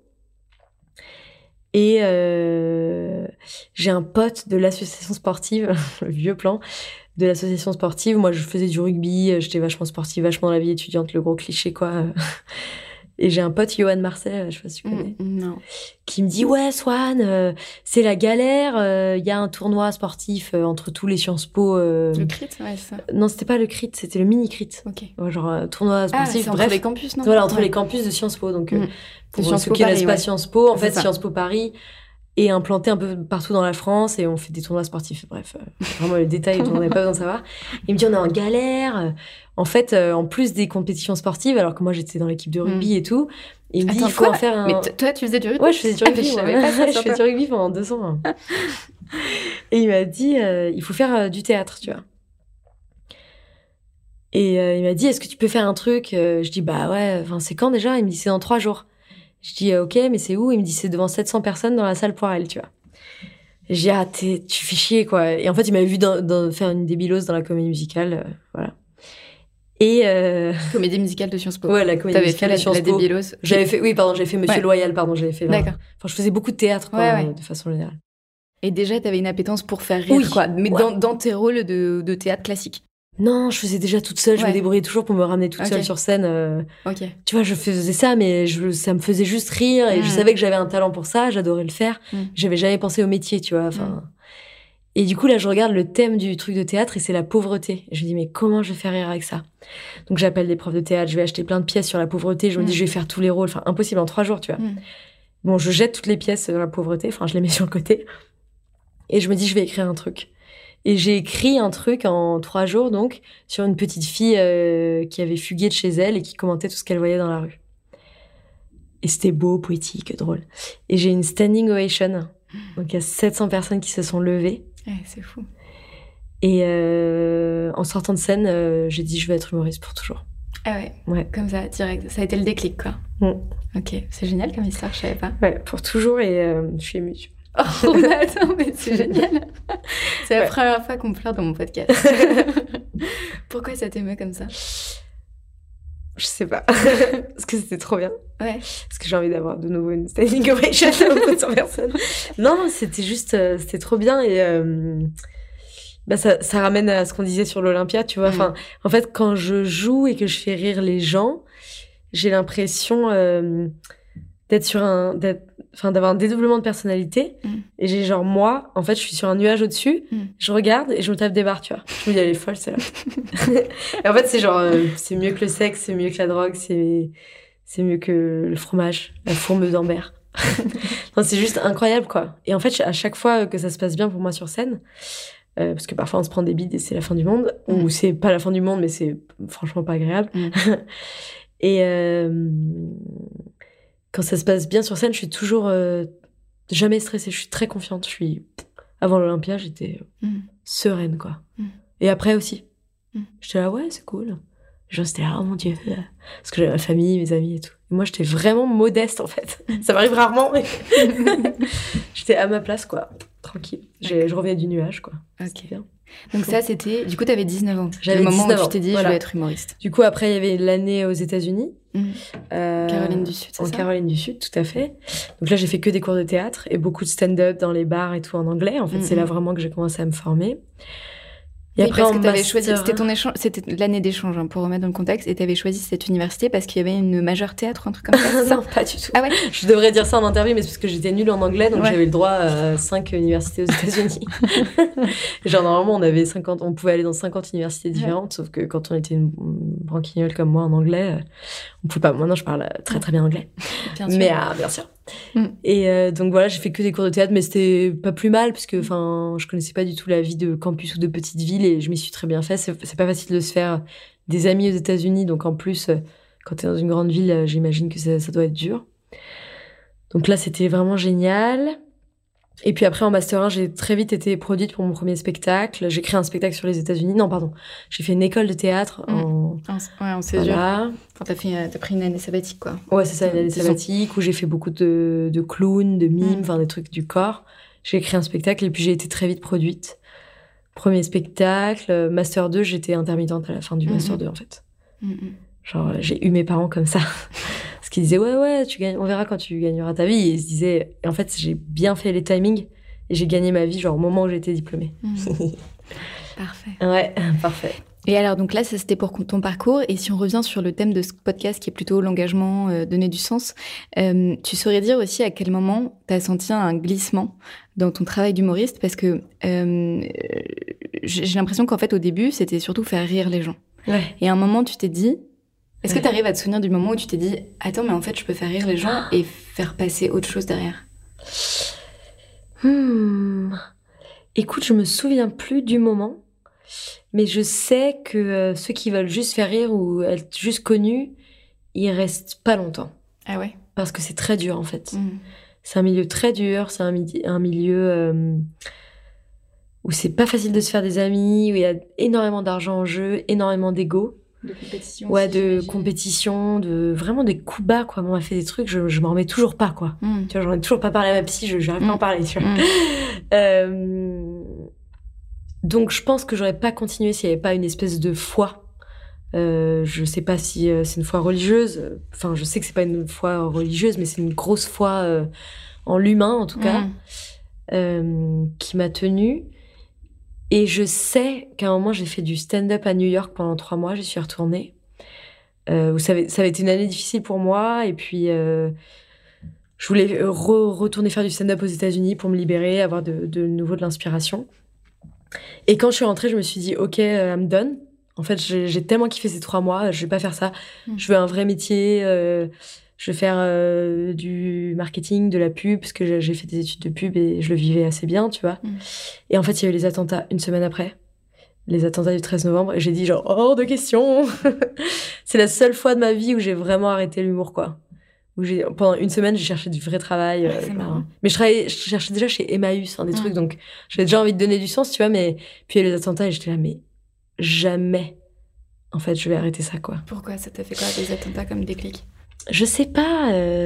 Et j'ai un pote de l'association sportive, le vieux plan, de l'association sportive. Moi, je faisais du rugby, j'étais vachement sportive, vachement dans la vie étudiante, le gros cliché, quoi. Et j'ai un pote, Johan Marcel, je sais pas si tu connais, Non. qui me dit « Ouais, Swan, c'est la galère, il y a un tournoi sportif entre tous les Sciences Po. » Le crit, ouais, c'est ça. Non, c'était pas le crit, c'était le mini-crit. Ok. Ouais, genre tournoi sportif, c'est bref. entre les campus, non? Voilà, entre les campus de Sciences Po. Donc, pour Sciences ceux Po qui Paris, restent pas ouais. Sciences Po, en C'est fait, ça. Sciences Po Paris est implanté un peu partout dans la France et on fait des tournois sportifs. Bref, vraiment les détails dont on n'avait pas besoin de savoir. Il me dit on est en galère. En fait, en plus des compétitions sportives, alors que moi j'étais dans l'équipe de rugby et tout, il me dit il faut en faire un. Mais toi, tu faisais du rugby? Ouais, je faisais du rugby. Je savais pas ça, Je sympa. fais du rugby pendant 2 ans. Et il m'a dit il faut faire du théâtre, tu vois. Et il m'a dit est-ce que tu peux faire un truc Je dis bah ouais. Enfin c'est quand déjà Il me dit c'est dans 3 jours. Je dis ok, mais c'est où Il me dit c'est devant 700 personnes dans la salle Poirel, tu vois. Et je dis ah tu fais chier quoi. Et en fait il m'avait vu faire une débilose dans la comédie musicale, voilà. Et Comédie musicale de Sciences Po. ouais, la comédie T'avais musicale fait de Sciences la Po. débilose. J'avais fait Monsieur Ouais. Loyal, pardon, j'avais fait. D'accord. Enfin je faisais beaucoup de théâtre quoi, Ouais. de façon générale. Et déjà, t'avais une appétence pour faire rire, Oui. quoi. Mais Ouais. dans tes rôles de théâtre classique. Non, je faisais déjà toute seule, je me Ouais. débrouillais toujours pour me ramener toute Ok. seule sur scène. Ok. Tu vois, je faisais ça, mais ça me faisait juste rire et je savais que j'avais un talent pour ça, j'adorais le faire. J'avais jamais pensé au métier, tu vois. Enfin. Et du coup, là, je regarde le thème du truc de théâtre et c'est la pauvreté. Et je me dis, mais comment je vais faire rire avec ça? Donc, j'appelle des profs de théâtre, je vais acheter plein de pièces sur la pauvreté. Je me dis, je vais faire tous les rôles. Enfin, impossible en 3 jours, tu vois. Bon, je jette toutes les pièces sur la pauvreté. Enfin, je les mets sur le côté. Et je me dis, je vais écrire un truc. Et j'ai écrit un truc en 3 jours, donc, sur une petite fille qui avait fugué de chez elle et qui commentait tout ce qu'elle voyait dans la rue. Et c'était beau, poétique, drôle. Et j'ai une standing ovation. Donc, il y a 700 personnes qui se sont levées. Ouais, c'est fou. Et en sortant de scène, j'ai dit, je vais être humoriste pour toujours. Ah ouais. Ouais. Comme ça, direct. Ça a été le déclic, quoi. Ok. C'est génial comme histoire, je savais pas. Ouais, pour toujours, et je suis émue. Oh, mais attends, mais c'est génial. C'est la première fois qu'on me pleure dans mon podcast. Pourquoi ça t'émeut comme ça? Je sais pas. Parce que c'était trop bien. Ouais. Parce que j'ai envie d'avoir de nouveau une standing ovation de 100 personnes. Non, c'était juste... c'était trop bien et... ça ramène à ce qu'on disait sur l'Olympia, tu vois. Enfin, en fait, quand je joue et que je fais rire les gens, j'ai l'impression d'avoir un dédoublement de personnalité. Et j'ai genre, moi, en fait, je suis sur un nuage au-dessus, je regarde et je me tape des barres, tu vois. Je me dis, elle est folle, celle-là. Et en fait, c'est genre, c'est mieux que le sexe, c'est mieux que la drogue, c'est mieux que le fromage, la fourme d'Ambert. Non, c'est juste incroyable, quoi. Et en fait, à chaque fois que ça se passe bien pour moi sur scène, parce que parfois on se prend des bides et c'est la fin du monde, ou c'est pas la fin du monde, mais c'est franchement pas agréable. Et quand ça se passe bien sur scène, je suis toujours jamais stressée, je suis très confiante. Avant l'Olympia, j'étais sereine, quoi. Et après aussi. J'étais là, ouais, c'est cool. Les gens, c'était là, oh mon Dieu. Parce que j'avais ma famille, mes amis et tout. Et moi, j'étais vraiment modeste, en fait. Ça m'arrive rarement, mais j'étais à ma place, quoi. Tranquille. Je revenais du nuage, quoi. Ok. C'était bien. Donc ça, c'était... Du coup, t'avais 19 ans. J'avais le moment 19 où ans, tu t'es dit, voilà. je vais être humoriste. Du coup, après, il y avait l'année aux États-Unis. Caroline du Sud, c'est En ça? Caroline du Sud, tout à fait. Donc là, j'ai fait que des cours de théâtre et beaucoup de stand-up dans les bars et tout en anglais. En fait, c'est là vraiment que j'ai commencé à me former. Et Oui, après, parce en que t'avais master... choisi, c'était ton échange, c'était l'année d'échange, hein, pour remettre dans le contexte, et t'avais choisi cette université parce qu'il y avait une majeure théâtre ou un truc comme ça, c'est ça? Non, pas du tout. Ah ouais? Je devrais dire ça en interview, mais c'est parce que j'étais nulle en anglais, donc Ouais. j'avais le droit à 5 universités aux États-Unis. Genre, normalement, on pouvait aller dans 50 universités différentes, sauf que quand on était une branquignole comme moi en anglais, on pouvait pas. Maintenant, je parle très très bien anglais. Bien sûr. Mais bien sûr. Et donc voilà, j'ai fait que des cours de théâtre, mais c'était pas plus mal, parce que je connaissais pas du tout la vie de campus ou de petite ville, et je m'y suis très bien fait. C'est pas facile de se faire des amis aux États-Unis, donc en plus, quand t'es dans une grande ville, j'imagine que ça doit être dur. Donc là, c'était vraiment génial. Et puis après, en Master 1, j'ai très vite été produite pour mon premier spectacle. J'ai créé un spectacle sur les États-Unis. Non, pardon. J'ai fait une école de théâtre en césure. Voilà. Enfin, t'as pris une année sabbatique, quoi. Ouais, c'est ça, une année sabbatique où j'ai fait beaucoup de clowns, de mimes, enfin des trucs du corps. J'ai créé un spectacle et puis j'ai été très vite produite. Premier spectacle, Master 2, j'étais intermittente à la fin du Master 2, en fait. Genre, j'ai eu mes parents comme ça. Parce qu'ils disaient, ouais, tu gagnes, on verra quand tu gagneras ta vie. Et ils se disaient, et en fait, j'ai bien fait les timings et j'ai gagné ma vie, genre, au moment où j'étais diplômée. Parfait. Ouais, parfait. Et alors, donc là, ça c'était pour ton parcours. Et si on revient sur le thème de ce podcast qui est plutôt l'engagement, donner du sens, tu saurais dire aussi à quel moment tu as senti un glissement dans ton travail d'humoriste? Parce que j'ai l'impression qu'en fait, au début, c'était surtout faire rire les gens. Ouais. Et à un moment, tu t'es dit... Est-ce que tu arrives à te souvenir du moment où tu t'es dit « Attends, mais en fait, je peux faire rire les gens et faire passer autre chose derrière ?» Écoute, je me souviens plus du moment, mais je sais que ceux qui veulent juste faire rire ou être juste connus, ils restent pas longtemps. Ah ouais? Parce que c'est très dur, en fait. C'est un milieu très dur, c'est un milieu où c'est pas facile de se faire des amis, où il y a énormément d'argent en jeu, énormément d'ego. De compétition. Ouais, de compétition, de vraiment des coups bas, quoi. Moi, on m'a fait des trucs, je m'en remets toujours pas, quoi. Tu vois, j'en ai toujours pas parlé à ma psy, j'arrive pas à en parler, tu vois. Donc, je pense que j'aurais pas continué s'il y avait pas une espèce de foi. Je sais pas si c'est une foi religieuse. Enfin, je sais que c'est pas une foi religieuse, mais c'est une grosse foi en l'humain, en tout cas, qui m'a tenue. Et je sais qu'à un moment, j'ai fait du stand-up à New York pendant 3 mois. J'y suis retournée. Ça avait été une année difficile pour moi. Et puis, je voulais retourner faire du stand-up aux États-Unis pour me libérer, avoir de nouveau de l'inspiration. Et quand je suis rentrée, je me suis dit, OK, I'm done. En fait, j'ai tellement kiffé ces 3 mois. Je vais pas faire ça. Je veux un vrai métier. Je vais faire du marketing, de la pub, parce que j'ai fait des études de pub et je le vivais assez bien, tu vois. Et en fait, il y a eu les attentats une semaine après. Les attentats du 13 novembre. Et j'ai dit genre, hors de question. C'est la seule fois de ma vie où j'ai vraiment arrêté l'humour, quoi. Pendant une semaine, j'ai cherché du vrai travail. C'est marrant. Mais je cherchais déjà chez Emmaüs, des trucs. Donc, j'avais déjà envie de donner du sens, tu vois. Mais puis, il y a eu les attentats et j'étais là, mais jamais, en fait, je vais arrêter ça, quoi. Pourquoi? Ça t'a fait quoi, des attentats comme déclic? Je sais pas.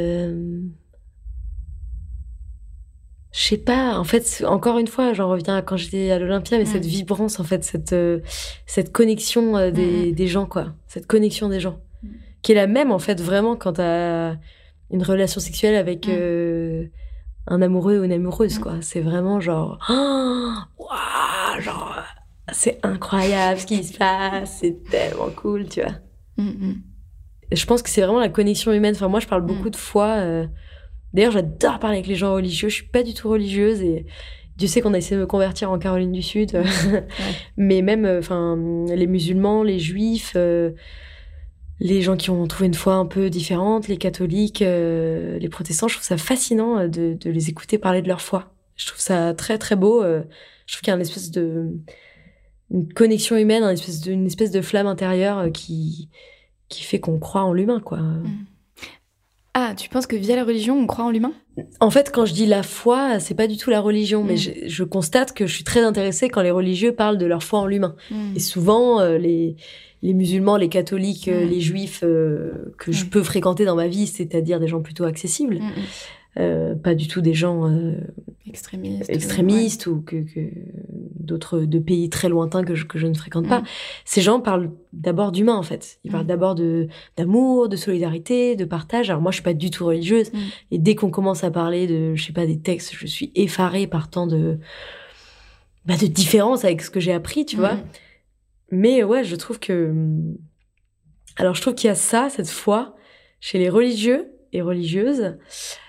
Je sais pas. En fait, encore une fois, j'en reviens à quand j'étais à l'Olympia, mais cette vibrance, en fait, cette connexion des gens, quoi. Cette connexion des gens. Qui est la même, en fait, vraiment, quand t'as une relation sexuelle avec un amoureux ou une amoureuse, quoi. C'est vraiment genre... Waouh, genre... C'est incroyable ce qui se passe. C'est tellement cool, tu vois. Je pense que c'est vraiment la connexion humaine. Enfin, moi, je parle beaucoup de foi. D'ailleurs, j'adore parler avec les gens religieux. Je suis pas du tout religieuse et Dieu sait qu'on a essayé de me convertir en Caroline du Sud. Mais même, les musulmans, les juifs, les gens qui ont trouvé une foi un peu différente, les catholiques, les protestants, je trouve ça fascinant de les écouter parler de leur foi. Je trouve ça très, très beau. Je trouve qu'il y a une espèce une connexion humaine, une espèce de flamme intérieure qui fait qu'on croit en l'humain, quoi. Ah, tu penses que via la religion, on croit en l'humain? En fait, quand je dis la foi, c'est pas du tout la religion, mais je constate que je suis très intéressée quand les religieux parlent de leur foi en l'humain. Et souvent, les musulmans, les catholiques, les juifs que je peux fréquenter dans ma vie, c'est-à-dire des gens plutôt accessibles, pas du tout des gens extrémistes ou que d'autres de pays très lointains que je ne fréquente pas. Ces gens parlent d'abord d'humain, en fait. Ils parlent d'abord d'amour, de solidarité, de partage. Alors moi, je suis pas du tout religieuse. Et dès qu'on commence à parler des textes, je suis effarée par tant de différences avec ce que j'ai appris, tu vois. Mais ouais, je trouve qu'il y a ça, cette foi, chez les religieux et religieuses,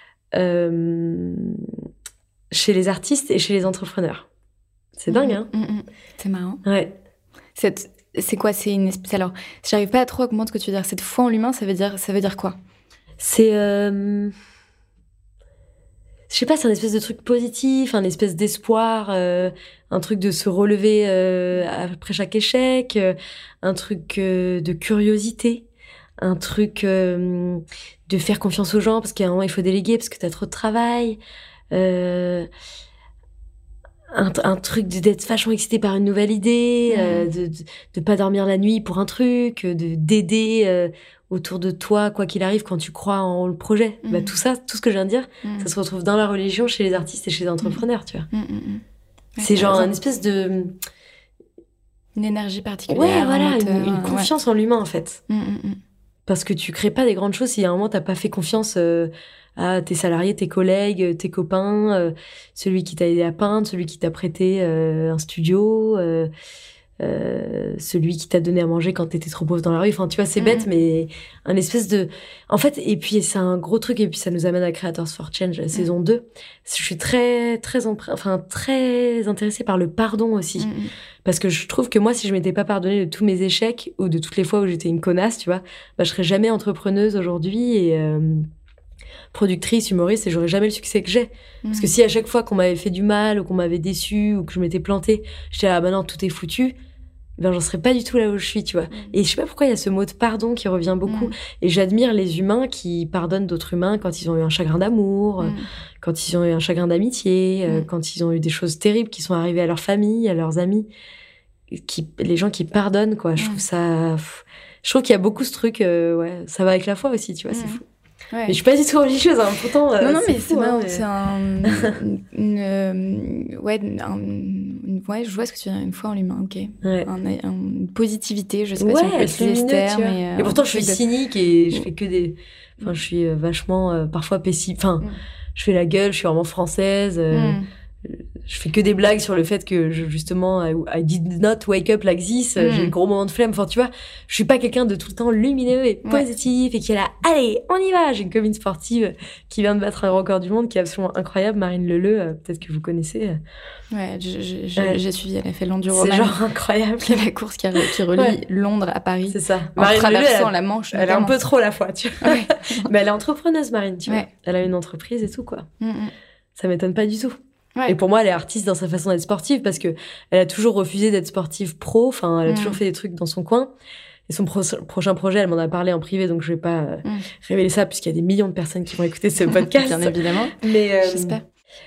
chez les artistes et chez les entrepreneurs. C'est dingue, hein? C'est marrant. Ouais. C'est quoi? C'est une espèce... Alors, j'arrive pas à trop à comprendre ce que tu veux dire. Cette foi en l'humain, ça veut dire quoi? C'est... Je sais pas, c'est un espèce de truc positif, un espèce d'espoir, un truc de se relever après chaque échec, un truc de curiosité, un truc de faire confiance aux gens parce qu'à un moment il faut déléguer parce que t'as trop de travail. un truc d'être vachement excité par une nouvelle idée, de pas dormir la nuit pour un truc, d'aider autour de toi, quoi qu'il arrive, quand tu crois en le projet. Bah, tout ça, tout ce que je viens de dire, ça se retrouve dans la religion, chez les artistes et chez les entrepreneurs, tu vois. C'est genre une espèce de... Une énergie particulière. Ouais, voilà, une confiance en l'humain, en fait. Parce que tu crées pas des grandes choses si à un moment t'as pas fait confiance à tes salariés, tes collègues, tes copains, celui qui t'a aidé à peindre, celui qui t'a prêté un studio, celui qui t'a donné à manger quand t'étais trop pauvre dans la rue. Enfin, tu vois, c'est bête, mais un espèce de... En fait, et puis c'est un gros truc, et puis ça nous amène à Creators for Change, saison 2. Je suis très intéressée par le pardon aussi. Parce que je trouve que moi, si je m'étais pas pardonné de tous mes échecs, ou de toutes les fois où j'étais une connasse, tu vois, bah, je serais jamais entrepreneuse aujourd'hui, et... productrice, humoriste, et j'aurais jamais le succès que j'ai. Parce que si à chaque fois qu'on m'avait fait du mal, ou qu'on m'avait déçu, ou que je m'étais plantée, j'étais là, bah non, tout est foutu, ben j'en serais pas du tout là où je suis, tu vois. Et je sais pas pourquoi il y a ce mot de pardon qui revient beaucoup. Et j'admire les humains qui pardonnent d'autres humains quand ils ont eu un chagrin d'amour, quand ils ont eu un chagrin d'amitié, quand ils ont eu des choses terribles qui sont arrivées à leur famille, à leurs amis. Les gens qui pardonnent, quoi. Je trouve ça... Je trouve qu'il y a beaucoup ce truc, ça va avec la foi aussi, tu vois, c'est fou. Ouais. Mais je suis pas du tout religieuse, hein, pourtant. Non, mais fou, c'est marrant, mais... c'est je vois ce que tu veux dire, une foi en l'humain, ok. Une positivité, je sais pas si on peut utiliser ce terme. Et pourtant, je suis cynique et je fais que des... Enfin, je suis vachement, parfois pessimiste. Enfin, je fais la gueule, je suis vraiment française. Je fais que des blagues sur le fait que, justement, I did not wake up like this. J'ai le gros moment de flemme. Enfin, tu vois, je suis pas quelqu'un de tout le temps lumineux et positif et qui est là, allez, on y va. J'ai une copine sportive qui vient de battre un record du monde qui est absolument incroyable, Marine Leleu, peut-être que vous connaissez. Ouais, j'ai suivi, elle a fait l'Enduro. C'est genre incroyable. C'est la course qui relie Londres à Paris. C'est ça. Marine traversant la Manche. Elle a un peu trop la foi, tu vois. Mais elle est entrepreneuse, Marine, tu vois. Elle a une entreprise et tout, quoi. Ça m'étonne pas du tout. Et pour moi, elle est artiste dans sa façon d'être sportive parce que elle a toujours refusé d'être sportive pro. Enfin, elle a toujours fait des trucs dans son coin. Et son prochain projet, elle m'en a parlé en privé, donc je vais pas révéler ça puisqu'il y a des millions de personnes qui vont écouter ce podcast. Bien évidemment. Mais j'espère.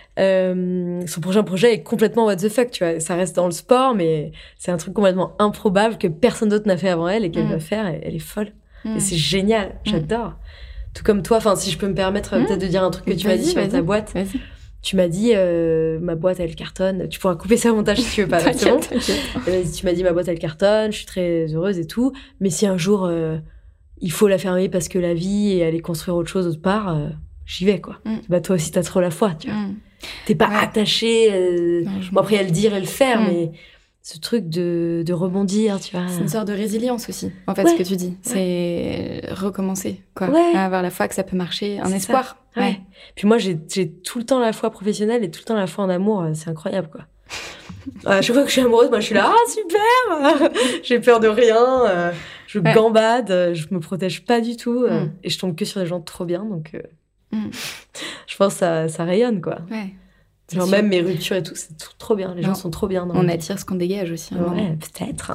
Son prochain projet est complètement what the fuck, tu vois. Ça reste dans le sport, mais c'est un truc complètement improbable que personne d'autre n'a fait avant elle et qu'elle va faire. Et elle est folle. Et c'est génial. J'adore. Tout comme toi. Enfin, si je peux me permettre peut-être de dire un truc que tu m'as dit sur ta boîte. Vas-y. Tu m'as dit, ma boîte, elle cartonne. Tu pourras couper ça au montage si tu veux pas. T'inquiète. Tu m'as dit, ma boîte, elle cartonne. Je suis très heureuse et tout. Mais si un jour, il faut la fermer parce que la vie et aller construire autre chose autre part, j'y vais, quoi. Bah, toi aussi, t'as trop la foi, tu vois. T'es pas attachée. Bon, après, il y a le dire et le faire, mais ce truc de rebondir, tu vois. C'est une sorte de résilience aussi, en fait, ce que tu dis. C'est recommencer, quoi. Avoir la foi que ça peut marcher, un espoir. Puis moi, j'ai tout le temps la foi professionnelle et tout le temps la foi en amour. C'est incroyable, quoi. À chaque fois que je suis amoureuse, moi, je suis là, super. J'ai peur de rien. Je gambade. Je me protège pas du tout. Et je tombe que sur des gens trop bien. Donc, je pense que ça rayonne, quoi. Genre même mes ruptures et tout, c'est trop bien. Les gens sont trop bien. On attire ce qu'on dégage aussi. Peut-être.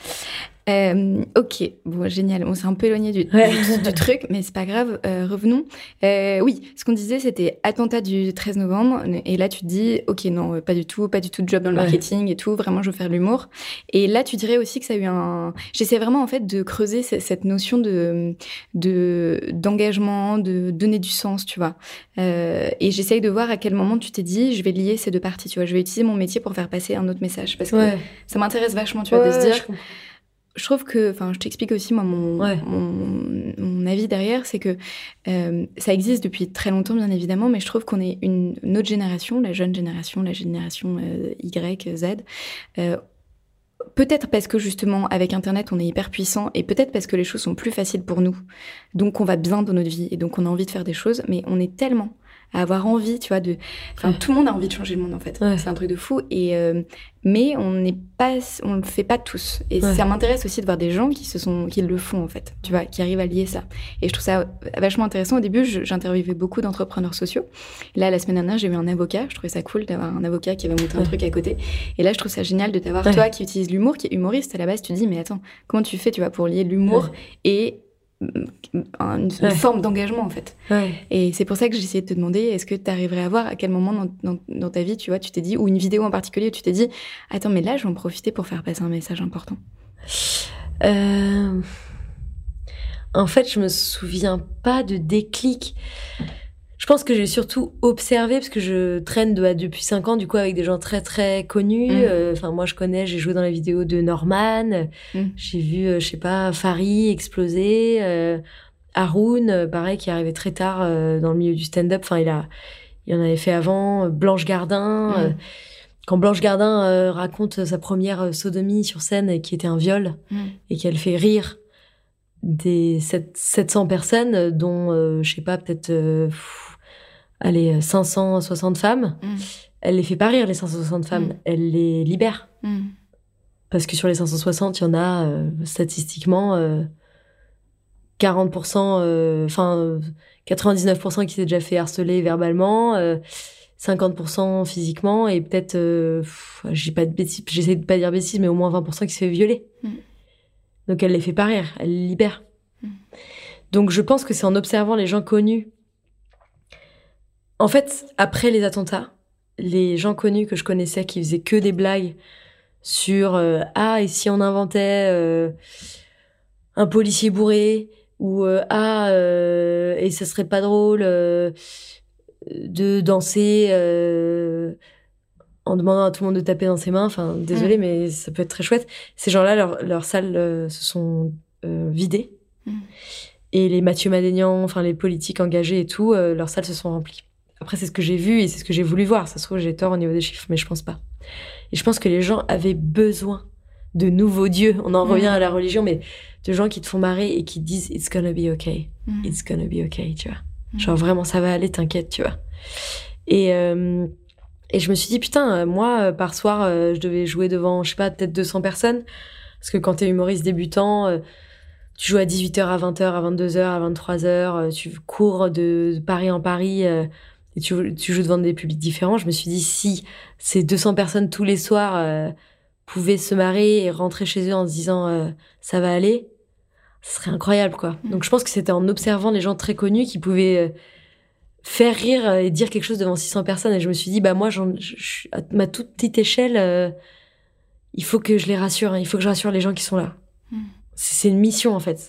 Ok, bon, génial. On s'est un peu éloigné du truc, mais c'est pas grave. Revenons. Oui, ce qu'on disait, c'était attentat du 13 novembre. Et là, tu te dis, ok, non, pas du tout de job dans le marketing et tout. Vraiment, je veux faire de l'humour. Et là, tu dirais aussi que ça a eu J'essaie vraiment, en fait, de creuser cette notion d'engagement, de donner du sens, tu vois. Et j'essaye de voir à quel moment tu t'es dit, je vais lier ces deux parties, tu vois. Je vais utiliser mon métier pour faire passer un autre message. Parce que ça m'intéresse vachement, tu vois, de se dire... Je trouve que, enfin, je t'explique aussi, moi, mon avis derrière, c'est que ça existe depuis très longtemps, bien évidemment, mais je trouve qu'on est une autre génération, la jeune génération, la génération Y, Z. Peut-être parce que, justement, avec Internet, on est hyper puissant, et peut-être parce que les choses sont plus faciles pour nous. Donc, on va bien dans notre vie, et donc on a envie de faire des choses, mais on est tellement à avoir envie, tu vois, tout le monde a envie de changer le monde, en fait. C'est un truc de fou. Mais on le fait pas tous. Et ça m'intéresse aussi de voir des gens qui le font, en fait. Tu vois, qui arrivent à lier ça. Et je trouve ça vachement intéressant. Au début, j'interviewais beaucoup d'entrepreneurs sociaux. Là, la semaine dernière, j'ai eu un avocat. Je trouvais ça cool d'avoir un avocat qui va monter un truc à côté. Et là, je trouve ça génial de t'avoir, toi, qui utilise l'humour, qui est humoriste. À la base, tu te dis, mais attends, comment tu fais, tu vois, pour lier l'humour et une forme d'engagement, en fait. Ouais. Et c'est pour ça que j'essayais de te demander, est-ce que tu arriverais à voir à quel moment dans ta vie, tu vois, tu t'es dit, ou une vidéo en particulier, où tu t'es dit, attends, mais là, je vais en profiter pour faire passer un message important. En fait, je me souviens pas de déclic. Je pense que j'ai surtout observé, parce que je traîne depuis 5 ans, du coup, avec des gens très, très connus. Moi, j'ai joué dans la vidéo de Norman. J'ai vu, je sais pas, Fari exploser. Haroun, pareil, qui est arrivé très tard dans le milieu du stand-up. Enfin, il en avait fait avant. Blanche Gardin. Quand Blanche Gardin raconte sa première sodomie sur scène, qui était un viol, et qu'elle fait rire des 700 personnes, dont, je sais pas, peut-être... 560 femmes, elle les fait pas rire, les 560 femmes, elle les libère. Parce que sur les 560, il y en a, statistiquement, 40%, 99% qui s'est déjà fait harceler verbalement, 50% physiquement, et peut-être, j'essaie de pas dire bêtises, mais au moins 20% qui se fait violer. Donc elle les fait pas rire, elle les libère. Donc je pense que c'est en observant les gens connus. En fait, après les attentats, les gens connus que je connaissais qui faisaient que des blagues sur et si on inventait un policier bourré, ou et ce serait pas drôle de danser en demandant à tout le monde de taper dans ses mains. Enfin, désolée, mais ça peut être très chouette. Ces gens-là, leurs salles se sont vidées. Et les Mathieu Madénian, enfin les politiques engagés et tout, leurs salles se sont remplies. Après, c'est ce que j'ai vu et c'est ce que j'ai voulu voir. Ça se trouve, j'ai tort au niveau des chiffres, mais je pense pas. Et je pense que les gens avaient besoin de nouveaux dieux. On en revient à la religion, mais de gens qui te font marrer et qui disent « It's gonna be okay. It's gonna be okay », tu vois. Genre, vraiment, ça va aller, t'inquiète, tu vois. Et je me suis dit, putain, moi, par soir, je devais jouer devant, je sais pas, peut-être 200 personnes. Parce que quand t'es humoriste débutant... tu joues à 18h, à 20h, à 22h, à 23h, tu cours de Paris en Paris et tu joues devant des publics différents. Je me suis dit, si ces 200 personnes tous les soirs pouvaient se marrer et rentrer chez eux en se disant ça va aller, ce serait incroyable, quoi. Donc je pense que c'était en observant les gens très connus qui pouvaient faire rire et dire quelque chose devant 600 personnes. Et je me suis dit, bah moi, à ma toute petite échelle, il faut que je les rassure, hein. Il faut que je rassure les gens qui sont là. C'est une mission, en fait.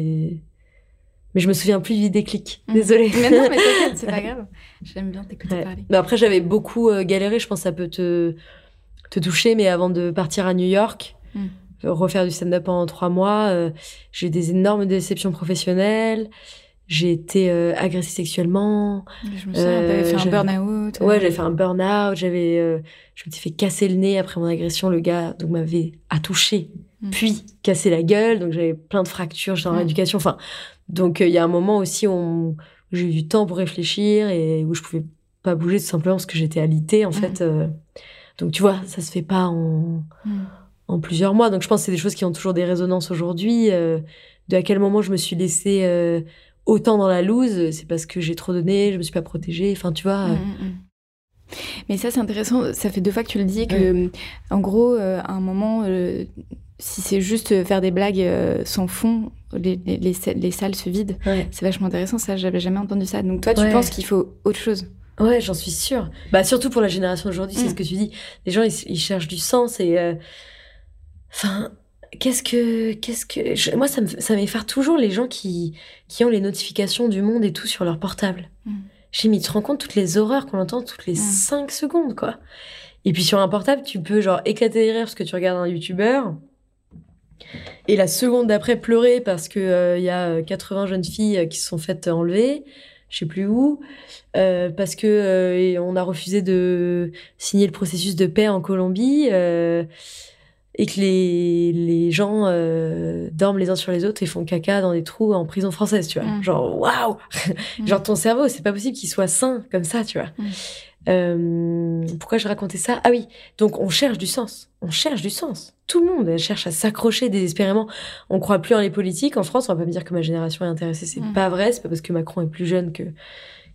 Mais je me souviens plus du déclic. Désolée. Mais non, mais t'inquiète, c'est pas grave. J'aime bien t'écouter parler. Mais après, j'avais beaucoup galéré. Je pense que ça peut te toucher. Mais avant de partir à New York, refaire du stand-up pendant 3 mois, j'ai eu des énormes déceptions professionnelles. J'ai été agressée sexuellement. Je me souviens, t'avais fait un burn-out. Ouais, j'avais fait un burn-out. Je me suis fait casser le nez après mon agression. Le gars m'avait attouché, puis cassé la gueule. Donc j'avais plein de fractures. J'étais en rééducation. Enfin, donc il y a un moment aussi où j'ai eu du temps pour réfléchir et où je pouvais pas bouger tout simplement parce que j'étais alitée, en fait. Donc tu vois, ça se fait pas en plusieurs mois. Donc je pense que c'est des choses qui ont toujours des résonances aujourd'hui. De à quel moment je me suis laissée autant dans la loose, c'est parce que j'ai trop donné, je me suis pas protégée, enfin tu vois. Mais ça c'est intéressant, ça fait 2 fois que tu le dis, que en gros, à un moment, si c'est juste faire des blagues sans fond, les salles se vident, c'est vachement intéressant, ça j'avais jamais entendu ça. Donc toi tu penses qu'il faut autre chose? Ouais, j'en suis sûre. Bah surtout pour la génération d'aujourd'hui, c'est ce que tu dis. Les gens ils cherchent du sens et enfin... Moi, ça m'effare toujours les gens qui ont les notifications du Monde et tout sur leur portable. J'ai mis, tu te rends compte toutes les horreurs qu'on entend toutes les 5 secondes, quoi. Et puis sur un portable, tu peux genre éclater de rire parce que tu regardes un youtubeur et la seconde d'après pleurer parce que y a 80 jeunes filles qui se sont faites enlever, je sais plus où, parce que on a refusé de signer le processus de paix en Colombie. Et que les gens dorment les uns sur les autres et font caca dans des trous en prison française, tu vois. Genre, waouh. Genre, ton cerveau, c'est pas possible qu'il soit sain comme ça, tu vois. Pourquoi je racontais ça? Ah oui, donc on cherche du sens. On cherche du sens. Tout le monde cherche à s'accrocher désespérément. On croit plus en les politiques. En France, on va pas me dire que ma génération est intéressée. C'est pas vrai. C'est pas parce que Macron est plus jeune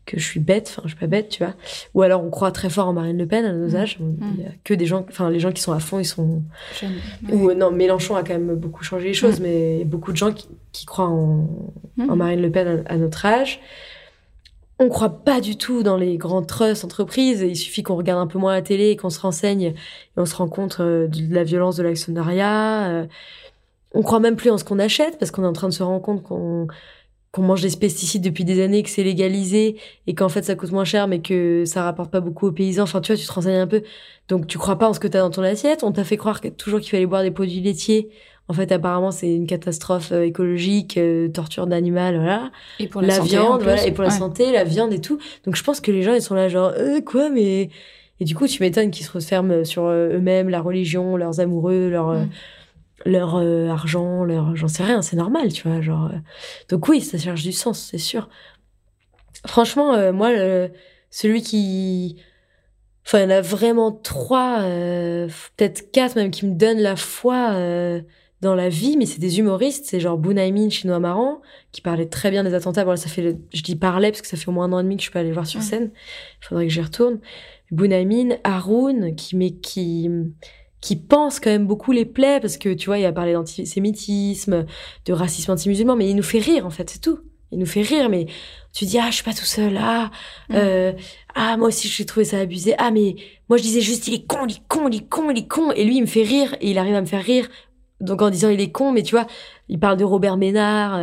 que je suis bête. Enfin, je suis pas bête, tu vois. Ou alors, on croit très fort en Marine Le Pen à nos âges. Il y a que des gens, enfin, les gens qui sont à fond, ils sont... Ou non, Mélenchon a quand même beaucoup changé les choses, mais il y a beaucoup de gens qui croient en Marine Le Pen à notre âge. On croit pas du tout dans les grands trusts entreprises. Il suffit qu'on regarde un peu moins la télé et qu'on se renseigne et on se rend compte de la violence de l'actionnariat. On croit même plus en ce qu'on achète parce qu'on est en train de se rendre compte qu'on mange des pesticides depuis des années, que c'est légalisé et qu'en fait ça coûte moins cher mais que ça rapporte pas beaucoup aux paysans. Enfin, tu vois, tu te renseignes un peu. Donc tu crois pas en ce que t'as dans ton assiette. On t'a fait croire toujours qu'il fallait boire des produits laitiers. En fait, apparemment, c'est une catastrophe écologique, torture d'animal, voilà. Et pour la santé, viande, voilà, et pour la santé, la viande et tout. Donc, je pense que les gens, ils sont là genre, quoi, mais... Et du coup, tu m'étonnes qu'ils se referment sur eux-mêmes, la religion, leurs amoureux, leur argent, j'en sais rien, c'est normal, tu vois, genre... Donc oui, ça cherche du sens, c'est sûr. Franchement, moi, celui qui... Enfin, il y en a vraiment 3, peut-être 4 même, qui me donnent la foi... dans la vie, mais c'est des humoristes, c'est genre Bunaimin, Chinois Marrant, qui parlait très bien des attentats. Bon, là, je dis parlait parce que ça fait au moins 1 an et demi que je suis pas allée le voir sur scène. Il faudrait que j'y retourne. Bunaimin, Haroun, qui pense quand même beaucoup les plaies, parce que, tu vois, il a parlé d'antisémitisme, de racisme anti-musulman, mais il nous fait rire, en fait, c'est tout. Il nous fait rire, mais tu dis, je suis pas tout seul, moi aussi, j'ai trouvé ça abusé. Mais moi, je disais juste, il est con, il est con, il est con, il est con. Et lui, il me fait rire, et il arrive à me faire rire. Donc en disant il est con, mais tu vois, il parle de Robert Ménard,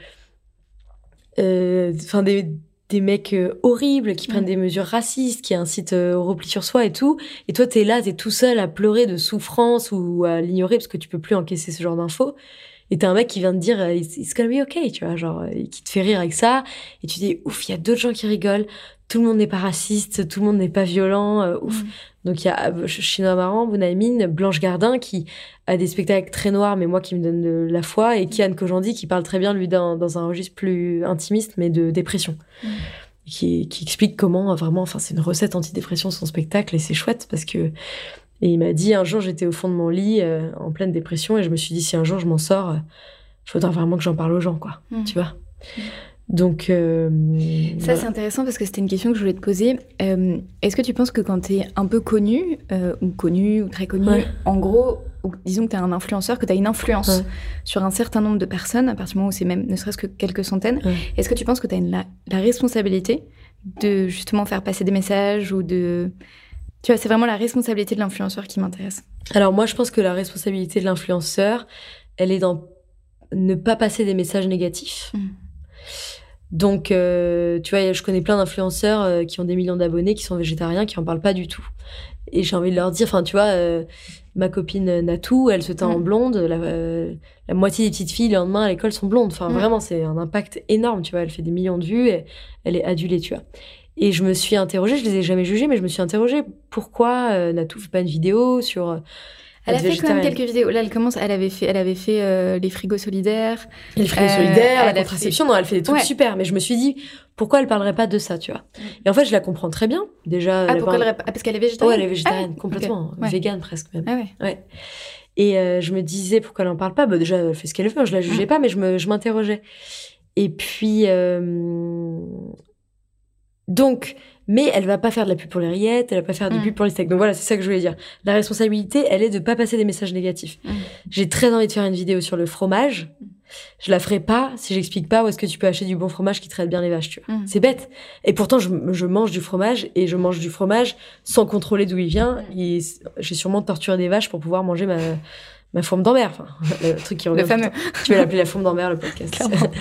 enfin des mecs horribles qui prennent des mesures racistes, qui incitent au repli sur soi et tout. Et toi, t'es là, t'es tout seul à pleurer de souffrance ou à l'ignorer parce que tu peux plus encaisser ce genre d'infos. Et t'as un mec qui vient te dire it's gonna be okay, tu vois, genre, et qui te fait rire avec ça. Et tu dis ouf, il y a d'autres gens qui rigolent. Tout le monde n'est pas raciste, tout le monde n'est pas violent, ouf. Donc il y a Chinois Marrant, Bunaimin, Blanche Gardin qui a des spectacles très noirs, mais moi qui me donne de la foi, et Kian Kojandi qui parle très bien, lui, dans un registre plus intimiste, mais de dépression. Qui explique comment, vraiment, enfin, c'est une recette antidépression son spectacle, et c'est chouette parce que... Et il m'a dit, un jour, j'étais au fond de mon lit, en pleine dépression, et je me suis dit, si un jour je m'en sors, il faudra vraiment que j'en parle aux gens, quoi. Tu vois. Donc... ça, c'est intéressant parce que c'était une question que je voulais te poser. Est-ce que tu penses que quand t'es un peu connu, ou très connu, en gros, ou disons que t'es un influenceur, que t'as une influence sur un certain nombre de personnes, à partir du moment où c'est même ne serait-ce que quelques centaines, est-ce que tu penses que t'as la responsabilité de justement faire passer des messages ou de... Tu vois, c'est vraiment la responsabilité de l'influenceur qui m'intéresse. Alors moi, je pense que la responsabilité de l'influenceur, elle est dans ne pas passer des messages négatifs. Donc, tu vois, je connais plein d'influenceurs qui ont des millions d'abonnés, qui sont végétariens, qui en parlent pas du tout. Et j'ai envie de leur dire, enfin, tu vois, ma copine Natou, elle se teint en blonde, la moitié des petites filles, le lendemain, à l'école, sont blondes. Enfin, vraiment, c'est un impact énorme, tu vois. Elle fait des millions de vues, et elle est adulée, tu vois. Et je me suis interrogée, je les ai jamais jugées, mais je me suis interrogée, pourquoi Natou fait pas une vidéo sur... Elle a fait quand même quelques vidéos. Là, elle avait fait les frigos solidaires. Les frigos solidaires, la contraception. Non, elle fait des trucs super. Mais je me suis dit, pourquoi elle parlerait pas de ça, tu vois. Et en fait, je la comprends très bien. Déjà. Parce qu'elle est végétarienne. Ouais, elle est végétarienne, complètement. Okay. Végane presque même. Ah ouais. Et je me disais, pourquoi elle en parle pas? Bah, déjà, elle fait ce qu'elle veut. Je la jugeais pas, mais je m'interrogeais. Et puis, donc, mais elle va pas faire de la pub pour les rillettes, elle va pas faire de pub pour les steaks. Donc voilà, c'est ça que je voulais dire. La responsabilité, elle est de pas passer des messages négatifs. J'ai très envie de faire une vidéo sur le fromage. Je la ferai pas si j'explique pas où est-ce que tu peux acheter du bon fromage qui traite bien les vaches, tu vois. C'est bête. Et pourtant, je mange du fromage, et je mange du fromage sans contrôler d'où il vient. Et j'ai sûrement torturé des vaches pour pouvoir manger ma fourme d'Ambert. Enfin, le truc qui revient. Le fameux. Tu vas l'appeler la fourme d'Ambert, le podcast.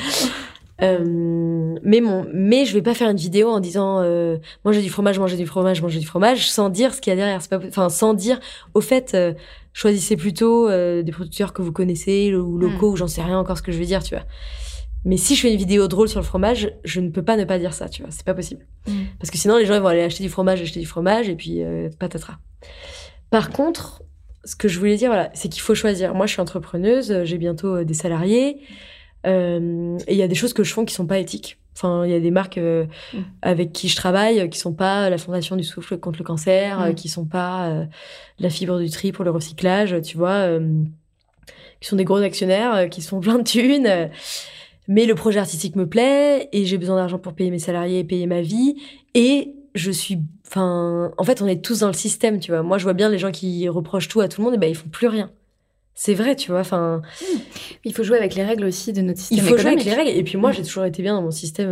Mais je vais pas faire une vidéo en disant mangez du fromage, sans dire ce qu'il y a derrière. C'est pas, enfin, sans dire au fait choisissez plutôt des producteurs que vous connaissez ou locaux, ou j'en sais rien encore ce que je vais dire, tu vois. Mais si je fais une vidéo drôle sur le fromage, je ne peux pas ne pas dire ça, tu vois. C'est pas possible. Parce que sinon les gens ils vont aller acheter du fromage, et puis patatras. Par contre, ce que je voulais dire, voilà, c'est qu'il faut choisir. Moi, je suis entrepreneuse, j'ai bientôt des salariés. Et il y a des choses que je fais qui sont pas éthiques. Enfin, il y a des marques avec qui je travaille qui sont pas la Fondation du Souffle contre le cancer, qui sont pas la Fibre du Tri pour le recyclage, tu vois, qui sont des gros actionnaires, qui sont plein de thunes. Mais le projet artistique me plaît et j'ai besoin d'argent pour payer mes salariés et payer ma vie. Et en fait, on est tous dans le système, tu vois. Moi, je vois bien les gens qui reprochent tout à tout le monde, et ben, ils font plus rien. C'est vrai, tu vois. Enfin, il faut jouer avec les règles aussi de notre système il faut économique. jouer avec les règles. Et puis moi, j'ai toujours été bien dans mon système,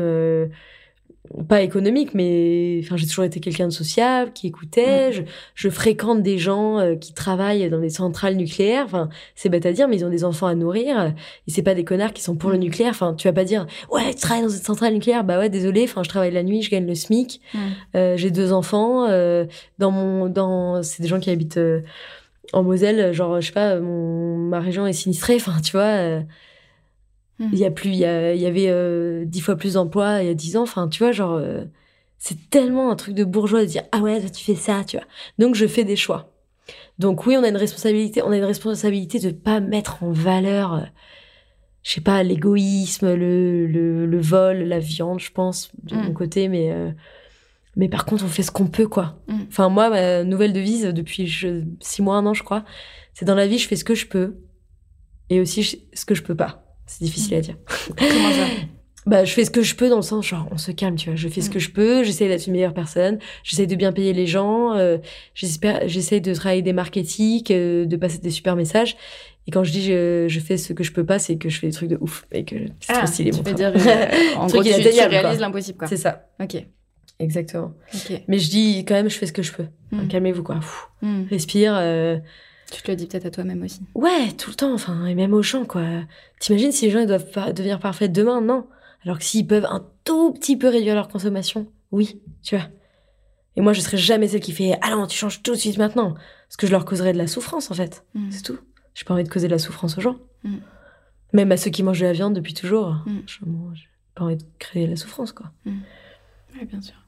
pas économique, mais j'ai toujours été quelqu'un de sociable, qui écoutait. Je fréquente des gens qui travaillent dans des centrales nucléaires. Enfin, c'est bête à dire, mais ils ont des enfants à nourrir. Et c'est pas des connards qui sont pour le nucléaire. Enfin, tu vas pas dire, ouais, tu travailles dans une centrale nucléaire. Bah ouais, désolé. Enfin, je travaille la nuit, je gagne le SMIC. J'ai 2 enfants. C'est des gens qui habitent en Moselle. Genre, je sais pas, ma région est sinistrée. Enfin, tu vois. Il y avait 10 fois plus d'emplois il y a 10 ans. Enfin, tu vois, genre, c'est tellement un truc de bourgeois de dire, ah ouais, toi, tu fais ça, tu vois. Donc, je fais des choix. Donc, oui, on a une responsabilité. On a une responsabilité de pas mettre en valeur, je sais pas, l'égoïsme, le vol, la viande, je pense, de mon côté. Mais par contre, on fait ce qu'on peut, quoi. Enfin, moi, ma nouvelle devise depuis 6 mois, 1 an, je crois, c'est dans la vie, je fais ce que je peux. Et aussi, ce que je peux pas. C'est difficile à dire. Comment ça ? Bah, je fais ce que je peux dans le sens, genre, on se calme, tu vois. Je fais ce que je peux, j'essaie d'être une meilleure personne, j'essaie de bien payer les gens, j'essaie de travailler des marques éthiques, de passer des super messages. Et quand je dis je fais ce que je peux pas, c'est que je fais des trucs de ouf et que c'est trop stylé. Tu mon veux travail. dire, en gros, tu réalises l'impossible, quoi. C'est ça. Ok. Exactement. Ok. Mais je dis quand même, je fais ce que je peux. Enfin, calmez-vous, quoi. Respire. Tu te le dis peut-être à toi-même aussi. Ouais, tout le temps, enfin, et même aux gens, quoi. T'imagines si les gens ils doivent devenir parfaits demain? Non. Alors que s'ils peuvent un tout petit peu réduire leur consommation, oui, tu vois. Et moi, je serais jamais celle qui fait « Ah non, tu changes tout de suite maintenant !» Parce que je leur causerais de la souffrance, en fait. C'est tout. J'ai pas envie de causer de la souffrance aux gens. Même à ceux qui mangent de la viande depuis toujours. J'ai pas envie de créer de la souffrance, quoi. Oui, bien sûr.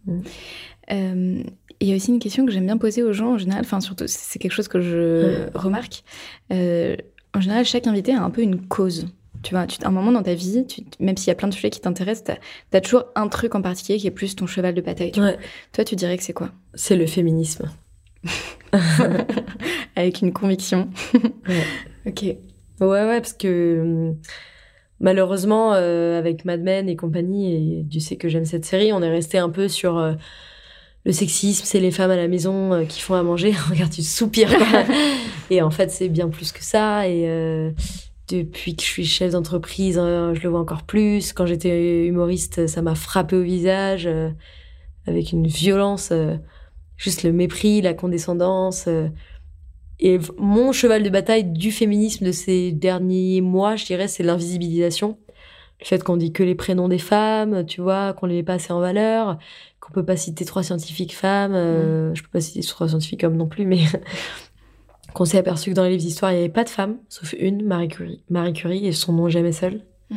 Il y a aussi une question que j'aime bien poser aux gens en général, enfin surtout c'est quelque chose que je remarque. En général, chaque invité a un peu une cause. Tu vois, à un moment dans ta vie, même s'il y a plein de sujets qui t'intéressent, t'as toujours un truc en particulier qui est plus ton cheval de bataille. Toi, tu dirais que c'est quoi ? C'est le féminisme. Avec une conviction. Ok. Ouais, parce que malheureusement, avec Mad Men et compagnie, et Dieu sait que j'aime cette série, on est resté un peu sur le sexisme, c'est les femmes à la maison qui font à manger. Regarde, tu soupires. Et en fait, c'est bien plus que ça. Et depuis que je suis chef d'entreprise, je le vois encore plus. Quand j'étais humoriste, ça m'a frappé au visage avec une violence, juste le mépris, la condescendance. Et mon cheval de bataille du féminisme de ces derniers mois, je dirais, c'est l'invisibilisation. Le fait qu'on dit que les prénoms des femmes, tu vois, qu'on les met pas assez en valeur, qu'on peut pas citer 3 scientifiques femmes, je peux pas citer 3 scientifiques hommes non plus, mais qu'on s'est aperçu que dans les livres d'histoire, il y avait pas de femmes, sauf une, Marie Curie, et son nom jamais seul.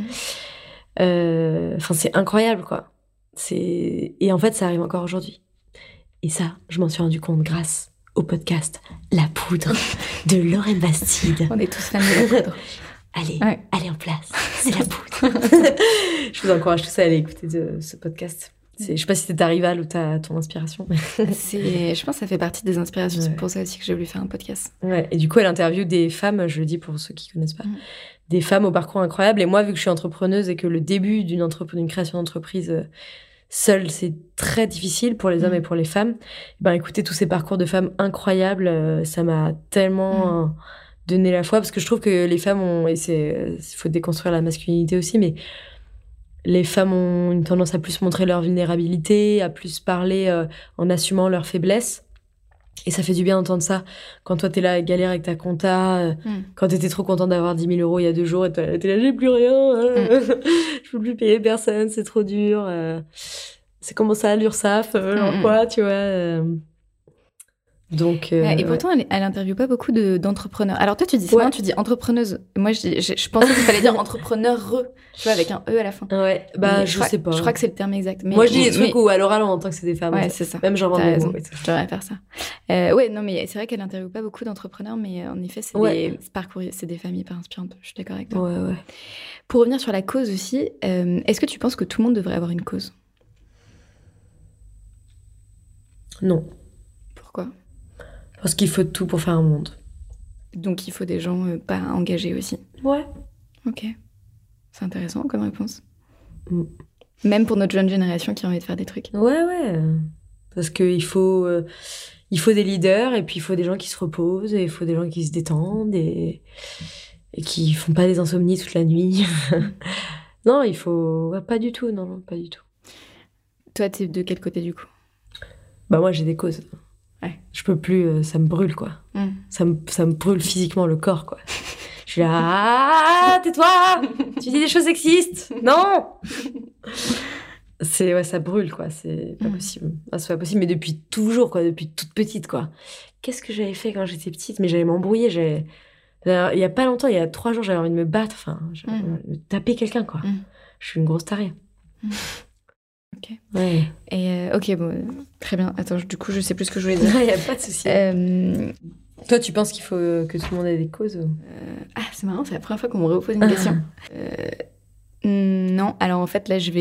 Enfin, c'est incroyable, quoi. Et en fait, ça arrive encore aujourd'hui. Et ça, je m'en suis rendu compte grâce au podcast La Poudre de Lorraine Bastide. On est tous fans de La Poudre. Allez en place, c'est La Poudre. Je vous encourage tous à aller écouter ce podcast. Je sais pas si c'est ta rivale ou ton inspiration. Je pense que ça fait partie des inspirations. C'est pour ça aussi que j'ai voulu faire un podcast. Ouais. Et du coup, elle interviewe des femmes, je le dis pour ceux qui connaissent pas, des femmes au parcours incroyable. Et moi, vu que je suis entrepreneuse et que le début d'une création d'entreprise seule, c'est très difficile pour les hommes et pour les femmes, écouter tous ces parcours de femmes incroyables, ça m'a tellement donné la foi, parce que je trouve que les femmes il faut déconstruire la masculinité aussi, mais les femmes ont une tendance à plus montrer leur vulnérabilité, à plus parler en assumant leurs faiblesses. Et ça fait du bien d'entendre ça. Quand toi, t'es là, galère avec ta compta, quand t'étais trop contente d'avoir 10 000 euros il y a 2 jours, et t'es là, j'ai plus rien, je peux plus payer personne, c'est trop dur. C'est comment ça, l'URSSAF, quoi, tu vois. Donc, et pourtant, elle interviewe pas beaucoup d'entrepreneurs. Alors toi, tu dis ça, tu dis entrepreneuse. Moi, je pensais qu'il fallait dire entrepreneureux, tu vois, avec un E à la fin. Ouais, je sais pas. Je crois que c'est le terme exact. Mais, moi, je dis des trucs où à l'oral, on entend que c'est des femmes. Ouais, c'est ça. Même j'invente des mots. Je devrais faire ça. Ouais, non, mais c'est vrai qu'elle interviewe pas beaucoup d'entrepreneurs, mais en effet, c'est des parcours, c'est des familles hyper inspirantes. Je suis d'accord avec toi. Ouais. Pour revenir sur la cause aussi, est-ce que tu penses que tout le monde devrait avoir une cause ? Non. Pourquoi ? Parce qu'il faut tout pour faire un monde. Donc il faut des gens pas engagés aussi. Ouais. Ok. C'est intéressant comme réponse. Mm. Même pour notre jeune génération qui a envie de faire des trucs. Ouais. Parce qu'il faut des leaders, et puis il faut des gens qui se reposent, et il faut des gens qui se détendent, et qui font pas des insomnies toute la nuit. Non, il faut... Ouais, pas du tout, non, pas du tout. Toi, t'es de quel côté, du coup? Bah moi, j'ai des causes. Ouais. Je peux plus, ça me brûle, quoi. Ça me brûle physiquement le corps, quoi. Je suis là, ah, tais-toi, tu dis des choses sexistes, non. Ça brûle, quoi. C'est pas possible. Ah, c'est pas possible, mais depuis toujours, quoi, depuis toute petite, quoi. Qu'est-ce que j'avais fait quand j'étais petite? Mais j'allais m'embrouiller. Il y a pas longtemps, il y a 3 jours, j'avais envie de me battre, enfin, j'avais envie de taper quelqu'un, quoi. Je suis une grosse tarée. Ok. Ouais. Et ok, bon, très bien. Attends, du coup, je sais plus ce que je voulais dire. Il y a pas de souci. Toi, tu penses qu'il faut que tout le monde ait des causes ou... C'est marrant, c'est la première fois qu'on me repose une question. Non, alors en fait, là, je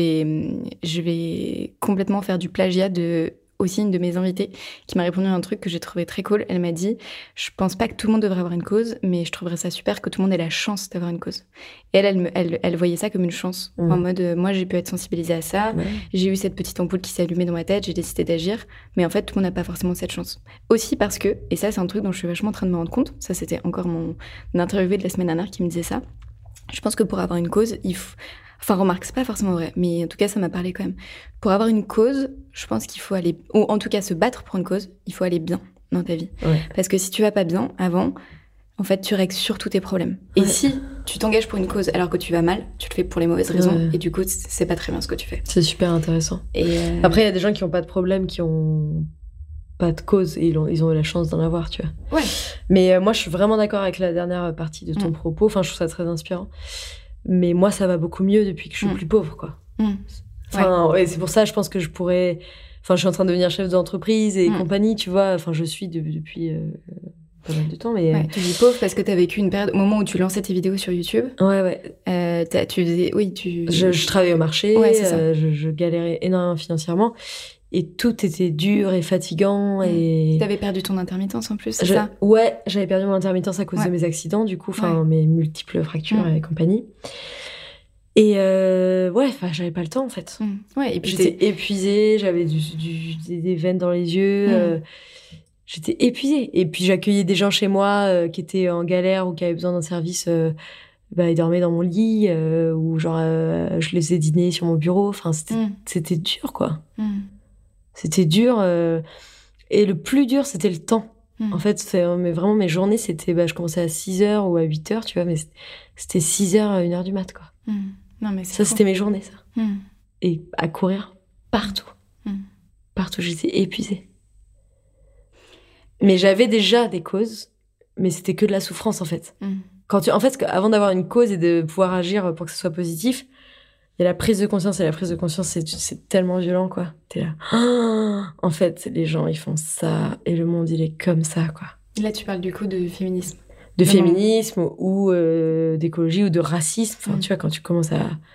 vais complètement faire du plagiat de aussi une de mes invitées qui m'a répondu à un truc que j'ai trouvé très cool. Elle m'a dit, je pense pas que tout le monde devrait avoir une cause, mais je trouverais ça super que tout le monde ait la chance d'avoir une cause. Et elle voyait ça comme une chance, en mode, moi j'ai pu être sensibilisée à ça, j'ai eu cette petite ampoule qui s'est allumée dans ma tête, j'ai décidé d'agir, mais en fait tout le monde n'a pas forcément cette chance. Aussi parce que, et ça c'est un truc dont je suis vachement en train de me rendre compte, ça c'était encore mon interviewé de la semaine dernière qui me disait ça, je pense que pour avoir une cause, il faut... Enfin, remarque, c'est pas forcément vrai, mais en tout cas, ça m'a parlé quand même. Pour avoir une cause, je pense qu'il faut aller... Ou en tout cas, se battre pour une cause, il faut aller bien dans ta vie. Ouais. Parce que si tu vas pas bien avant, en fait, tu règles surtout tes problèmes. Et si tu t'engages pour une cause alors que tu vas mal, tu le fais pour les mauvaises raisons, et du coup, c'est pas très bien ce que tu fais. C'est super intéressant. Et après, il y a des gens qui ont pas de problème, qui ont pas de cause, et ils ont eu la chance d'en avoir, tu vois. Ouais. Mais moi, je suis vraiment d'accord avec la dernière partie de ton propos. Enfin, je trouve ça très inspirant. Mais moi, ça va beaucoup mieux depuis que je suis plus pauvre, quoi. Enfin, c'est pour ça, je pense que je pourrais... Enfin, je suis en train de devenir chef d'entreprise et compagnie, tu vois. Enfin, je suis depuis pas mal de temps, mais... Ouais, tu dis pauvre parce que t'as vécu une période... Au moment où tu lançais tes vidéos sur YouTube... tu faisais... Oui, Je travaillais au marché, je galérais énormément financièrement. Et tout était dur et fatigant. Et... T'avais perdu ton intermittence en plus, c'est ça? Ouais, j'avais perdu mon intermittence à cause de mes accidents, du coup, mes multiples fractures et compagnie. Et j'avais pas le temps en fait. Ouais, et puis j'étais épuisée, j'avais des veines dans les yeux. J'étais épuisée. Et puis j'accueillais des gens chez moi qui étaient en galère ou qui avaient besoin d'un service. Ils dormaient dans mon lit ou genre je les faisais dîner sur mon bureau. Enfin, c'était dur, quoi. C'était dur. Et le plus dur, c'était le temps. En fait, mais vraiment, mes journées, c'était... je commençais à 6h ou à 8h, tu vois, mais c'était 6h à 1h du mat', quoi. Non, mais ça, c'était mes journées, ça. Et à courir partout. Partout, j'étais épuisée. Mais j'avais déjà des causes, mais c'était que de la souffrance, en fait. En fait, avant d'avoir une cause et de pouvoir agir pour que ce soit positif, il y a la prise de conscience, et la prise de conscience, c'est tellement violent, quoi. T'es là, en fait, les gens, ils font ça, et le monde, il est comme ça, quoi. Là, tu parles du coup de féminisme. De féminisme, ou d'écologie, ou de racisme. Enfin, tu vois, quand tu commences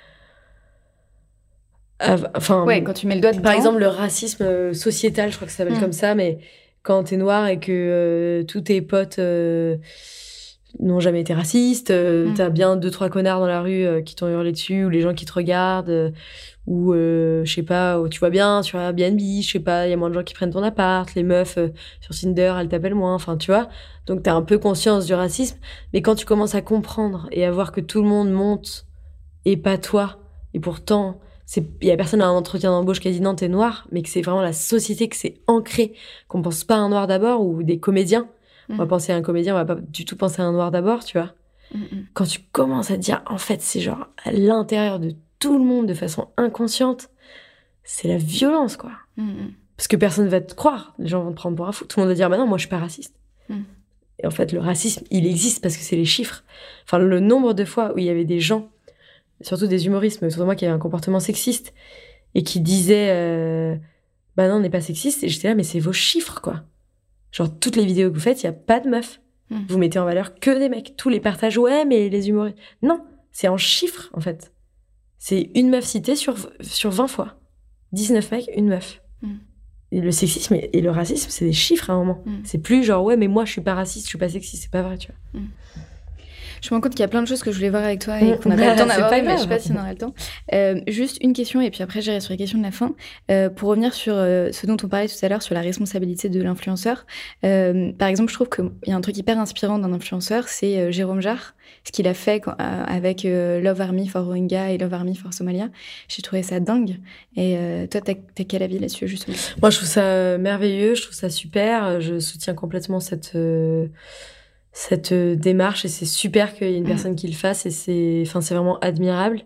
quand tu mets le doigt dedans. Par exemple, le racisme sociétal, je crois que ça s'appelle comme ça, mais quand t'es noir et que tous tes potes... n'ont jamais été racistes, t'as bien 2-3 connards dans la rue qui t'ont hurlé dessus, ou les gens qui te regardent, ou je sais pas, tu vois bien sur Airbnb, je sais pas, il y a moins de gens qui prennent ton appart, les meufs sur Tinder, elles t'appellent moins, enfin tu vois, donc t'as un peu conscience du racisme, mais quand tu commences à comprendre et à voir que tout le monde monte et pas toi, et pourtant il y a personne à un entretien d'embauche qui a dit non, t'es noir, mais que c'est vraiment la société, que c'est ancré, qu'on pense pas à un noir d'abord, ou des comédiens. On va penser à un comédien, on va pas du tout penser à un noir d'abord, tu vois. Quand tu commences à te dire, en fait, c'est genre à l'intérieur de tout le monde, de façon inconsciente, c'est la violence, quoi. Parce que personne va te croire, les gens vont te prendre pour un fou. Tout le monde va dire, bah non, moi je suis pas raciste. Et en fait, le racisme, il existe parce que c'est les chiffres. Enfin, le nombre de fois où il y avait des gens, surtout des humoristes, mais surtout moi qui avait un comportement sexiste, et qui disaient, bah non, on n'est pas sexiste. Et j'étais là, mais c'est vos chiffres, quoi. Genre, toutes les vidéos que vous faites, il n'y a pas de meufs. Vous mettez en valeur que des mecs. Tous les partages, ouais, mais les humoristes... Non, c'est en chiffres, en fait. C'est une meuf citée sur 20 fois. 19 mecs, une meuf. Et le sexisme et le racisme, c'est des chiffres à un moment. C'est plus genre, ouais, mais moi, je suis pas raciste, je suis pas sexiste. C'est pas vrai, tu vois. Je me rends compte qu'il y a plein de choses que je voulais voir avec toi et qu'on n'a pas le temps C'est d'avoir, pas mais je sais grave. pas si on aura le temps. Juste une question, et puis après j'irai sur les questions de la fin. Pour revenir sur ce dont on parlait tout à l'heure, sur la responsabilité de l'influenceur. Par exemple, je trouve qu'il y a un truc hyper inspirant d'un influenceur, c'est Jérôme Jarre, ce qu'il a fait avec Love Army for Rohingya et Love Army for Somalia. J'ai trouvé ça dingue. Et toi, t'as quel avis là-dessus, justement? Moi, je trouve ça merveilleux, je trouve ça super. Je soutiens complètement cette démarche et c'est super qu'il y ait une personne qui le fasse et c'est vraiment admirable.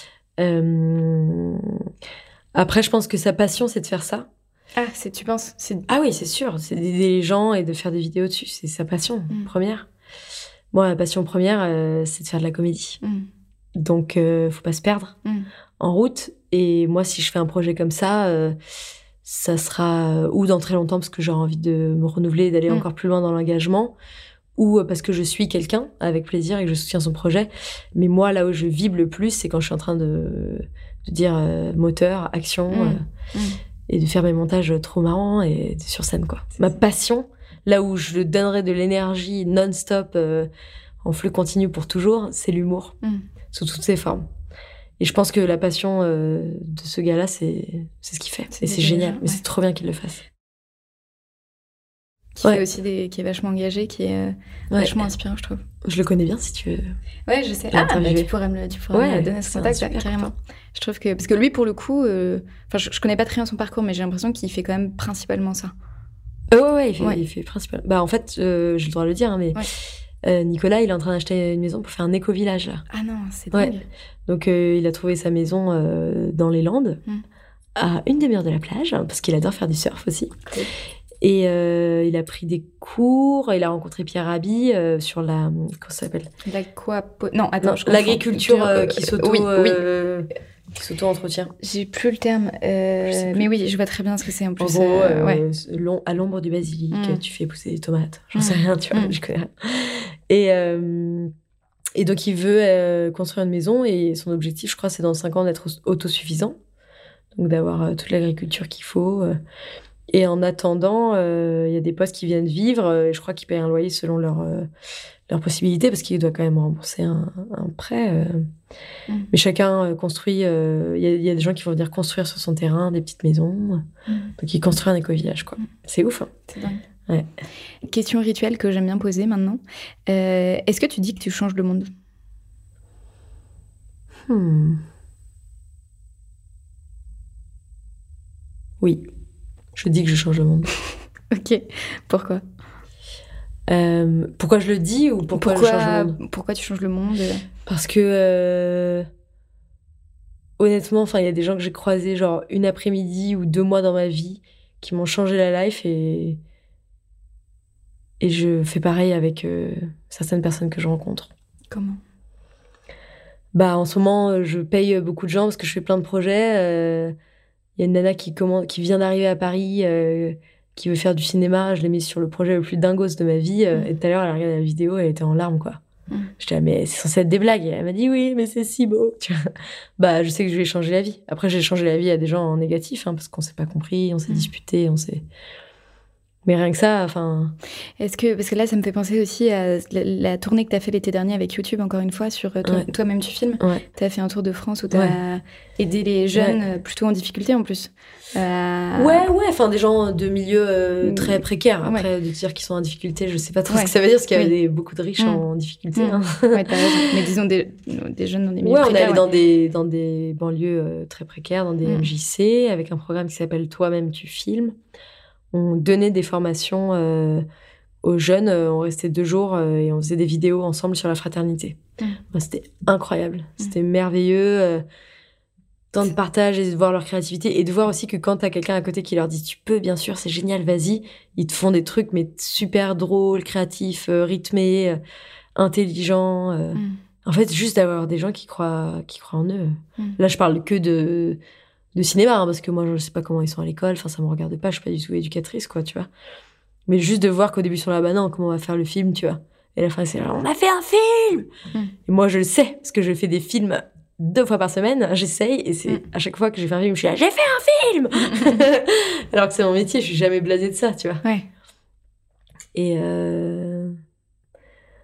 Après, je pense que sa passion, c'est de faire ça. Ah, tu penses? Ah oui, c'est sûr. C'est d'aider les gens et de faire des vidéos dessus. C'est sa passion première. Moi, ma passion première, c'est de faire de la comédie. Donc, faut pas se perdre en route. Et moi, si je fais un projet comme ça sera ou dans très longtemps parce que j'aurai envie de me renouveler et d'aller encore plus loin dans l'engagement, ou parce que je suis quelqu'un avec plaisir et que je soutiens son projet. Mais moi, là où je vibre le plus, c'est quand je suis en train de dire moteur, action, et de faire mes montages trop marrants et sur scène, quoi. Ma passion, là où je donnerais de l'énergie non-stop, en flux continu pour toujours, c'est l'humour, sous toutes ses formes. Et je pense que la passion de ce gars-là, c'est ce qu'il fait. Et c'est génial. Mais c'est trop bien qu'il le fasse. Qui fait aussi qui est vachement engagé, qui est vachement inspirant, je trouve. Je le connais bien, si tu veux. Ouais, je sais. Tu pourrais me donner ce contact, carrément. Je trouve que... Parce que lui, pour le coup... je connais pas très bien son parcours, mais j'ai l'impression qu'il fait quand même principalement ça. Il fait principalement... Bah, en fait, j'ai le droit de le dire, hein, mais... Nicolas, il est en train d'acheter une maison pour faire un éco-village, là. Ah non, c'est dingue. Donc, il a trouvé sa maison dans les Landes, à une demi-heure de la plage, parce qu'il adore faire du surf aussi. Cool. Et il a pris des cours, il a rencontré Pierre Rabhi sur la... Comment ça s'appelle ? Non, attends, l'agriculture qui s'auto-entretient. J'ai plus le terme, mais oui, je vois très bien ce que c'est en plus. En gros, à l'ombre du basilic, tu fais pousser des tomates. J'en sais rien, tu vois, je connais rien. Et donc, il veut construire une maison et son objectif, je crois, c'est dans 5 ans d'être autosuffisant. Donc, d'avoir toute l'agriculture qu'il faut. Et en attendant, il y a des postes qui viennent vivre. Et je crois qu'ils payent un loyer selon leurs possibilités parce qu'il doit quand même rembourser un prêt. Mais chacun construit. Il y a des gens qui vont venir construire sur son terrain des petites maisons. Donc, il construit un éco-village, quoi. C'est ouf, hein. C'est dingue. Ouais. Question rituelle que j'aime bien poser maintenant. Est-ce que tu dis que tu changes le monde ? Oui. Je dis que je change le monde. Ok. Pourquoi ? Pourquoi je le dis ou pourquoi je change le monde ? Pourquoi tu changes le monde ? Parce que honnêtement, il y a des gens que j'ai croisés genre une après-midi ou 2 mois dans ma vie qui m'ont changé la life et je fais pareil avec certaines personnes que je rencontre. Comment ? Bah en ce moment, je paye beaucoup de gens parce que je fais plein de projets. Il y a une nana qui vient d'arriver à Paris, qui veut faire du cinéma. Je l'ai mise sur le projet le plus dingos de ma vie. Et tout à l'heure, elle a regardé la vidéo, elle était en larmes, quoi. J'étais là, mais c'est censé être des blagues. Et elle m'a dit, oui, mais c'est si beau. Tu vois. Bah, je sais que je vais changer la vie. Après, j'ai changé la vie à des gens en négatif, parce qu'on s'est pas compris, on s'est disputé, Mais rien que ça, Est-ce que... Parce que là, ça me fait penser aussi à la tournée que tu as fait l'été dernier avec YouTube, encore une fois, sur Toi-même tu filmes. Tu as fait un tour de France où tu as aidé les jeunes plutôt en difficulté, en plus. Des gens de milieux très précaires. Après, de dire qu'ils sont en difficulté, je sais pas trop ce que ça veut dire, parce qu'il y avait beaucoup de riches en difficulté. Ouais, t'as raison. Mais disons des jeunes dans des milieux précaires. On est allé dans des banlieues très précaires, dans des MJC, avec un programme qui s'appelle Toi-même tu filmes. On donnait des formations aux jeunes. On restait 2 jours et on faisait des vidéos ensemble sur la fraternité. C'était incroyable. C'était merveilleux. Tant de partage et de voir leur créativité. Et de voir aussi que quand t'as quelqu'un à côté qui leur dit « Tu peux, bien sûr, c'est génial, vas-y », ils te font des trucs mais super drôles, créatifs, rythmés, intelligents. En fait, juste d'avoir des gens qui croient en eux. Là, je parle que de cinéma, parce que moi, je sais pas comment ils sont à l'école, ça me regarde pas, je suis pas du tout éducatrice, quoi, tu vois. Mais juste de voir qu'au début, ils sont là, bah non, comment on va faire le film, tu vois. Et à la fin, c'est là, on a fait un film! Et moi, je le sais, parce que je fais des films 2 fois par semaine, j'essaye, et c'est à chaque fois que j'ai fait un film, je suis là, j'ai fait un film! Alors que c'est mon métier, je suis jamais blasée de ça, tu vois. Ouais. Et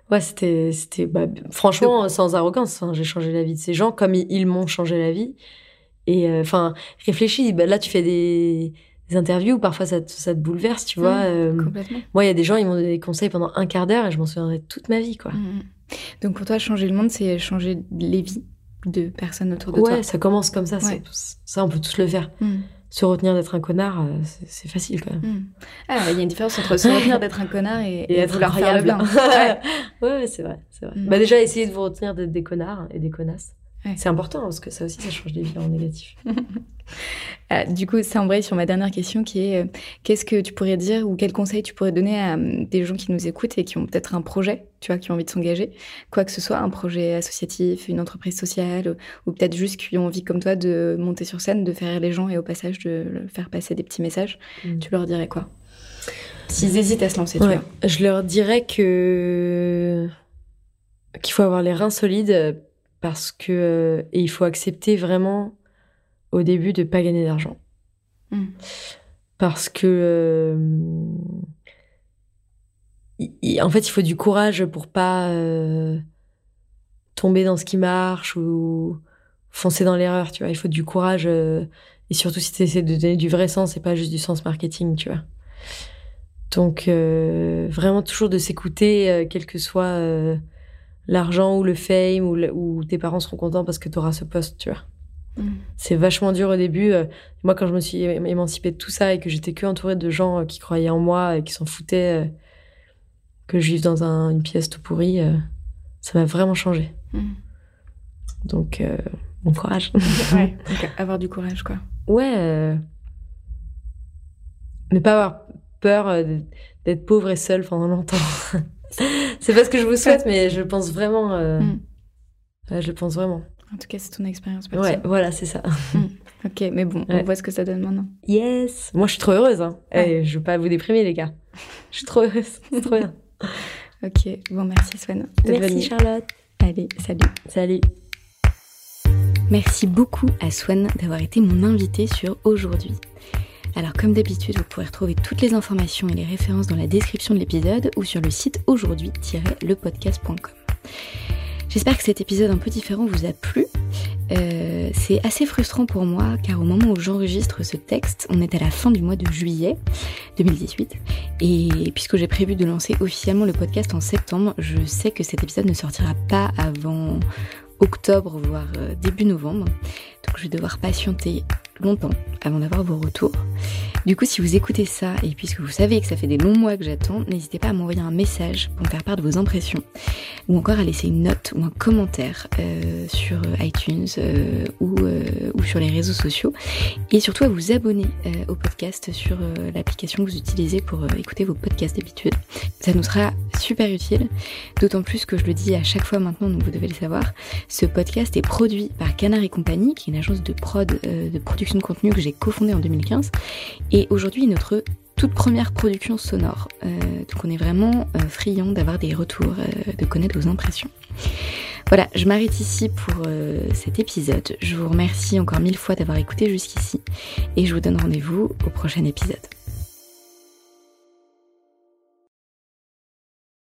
Ouais, c'était franchement, sans arrogance. J'ai changé la vie de ces gens comme ils m'ont changé la vie. Et réfléchis, là, tu fais des interviews où parfois ça te bouleverse, tu vois. Complètement. Moi, il y a des gens, ils m'ont donné des conseils pendant un quart d'heure et je m'en souviendrai toute ma vie, quoi. Donc pour toi, changer le monde, c'est changer les vies de personnes autour de toi. Ouais, ça commence comme ça. Ouais. Ça, on peut tous le faire. Se retenir d'être un connard, c'est facile quand même. Ah, il y a une différence entre se retenir d'être un connard et être vouloir faire le bien. Ouais, c'est vrai. Déjà, essayez de vous retenir d'être des connards et des connasses. Ouais. C'est important parce que ça aussi, ça change des vies en négatif. Du coup, ça embraye sur ma dernière question qui est qu'est-ce que tu pourrais dire ou quel conseil tu pourrais donner à des gens qui nous écoutent et qui ont peut-être un projet, tu vois, qui ont envie de s'engager, quoi que ce soit, un projet associatif, une entreprise sociale ou peut-être juste qui ont envie comme toi de monter sur scène, de faire rire les gens et au passage de faire passer des petits messages. Tu leur dirais quoi? S'ils hésitent à se lancer, tu vois. Je leur dirais qu'il faut avoir les reins solides parce que et il faut accepter vraiment au début de pas gagner d'argent. Parce que en fait, il faut du courage pour pas tomber dans ce qui marche ou foncer dans l'erreur, tu vois. Il faut du courage et surtout si tu essaies de donner du vrai sens et pas juste du sens marketing, tu vois. Donc vraiment toujours de s'écouter, quel que soit l'argent ou le fame ou tes parents seront contents parce que tu auras ce poste, tu vois. C'est vachement dur au début. Moi, quand je me suis émancipée de tout ça et que j'étais que entourée de gens qui croyaient en moi et qui s'en foutaient que je vive dans une pièce tout pourrie, ça m'a vraiment changé. Donc, bon courage. Ouais, donc avoir du courage, quoi. Ouais. Ne pas avoir peur d'être pauvre et seule pendant longtemps. C'est pas ce que je vous souhaite, mais je pense vraiment. Je le pense vraiment. En tout cas, c'est ton expérience personnelle. Ouais, voilà, c'est ça. Ok, mais bon, on voit ce que ça donne maintenant. Yes. Moi, je suis trop heureuse. Ouais. Je veux pas vous déprimer, les gars. Je suis trop heureuse. C'est trop bien. Ok, bon, merci Swan. Merci Charlotte. Allez, salut. Salut. Merci beaucoup à Swan d'avoir été mon invitée sur Aujourd'hui. Alors comme d'habitude, vous pourrez retrouver toutes les informations et les références dans la description de l'épisode ou sur le site aujourd'hui-lepodcast.com. J'espère que cet épisode un peu différent vous a plu. C'est assez frustrant pour moi car au moment où j'enregistre ce texte, on est à la fin du mois de juillet 2018 et puisque j'ai prévu de lancer officiellement le podcast en septembre, je sais que cet épisode ne sortira pas avant octobre voire début novembre. Donc je vais devoir patienter longtemps avant d'avoir vos retours. Du coup, si vous écoutez ça, et puisque vous savez que ça fait des longs mois que j'attends, n'hésitez pas à m'envoyer un message pour me faire part de vos impressions, ou encore à laisser une note ou un commentaire sur iTunes ou sur les réseaux sociaux, et surtout à vous abonner au podcast sur l'application que vous utilisez pour écouter vos podcasts d'habitude. Ça nous sera super utile, d'autant plus que je le dis à chaque fois maintenant, donc vous devez le savoir, ce podcast est produit par Canard & Compagnie, qui est une agence de production de contenu que j'ai cofondée en 2015, et aujourd'hui notre toute première production sonore. Donc on est vraiment friand d'avoir des retours, de connaître vos impressions. Voilà, je m'arrête ici pour cet épisode. Je vous remercie encore 1000 fois d'avoir écouté jusqu'ici et je vous donne rendez-vous au prochain épisode.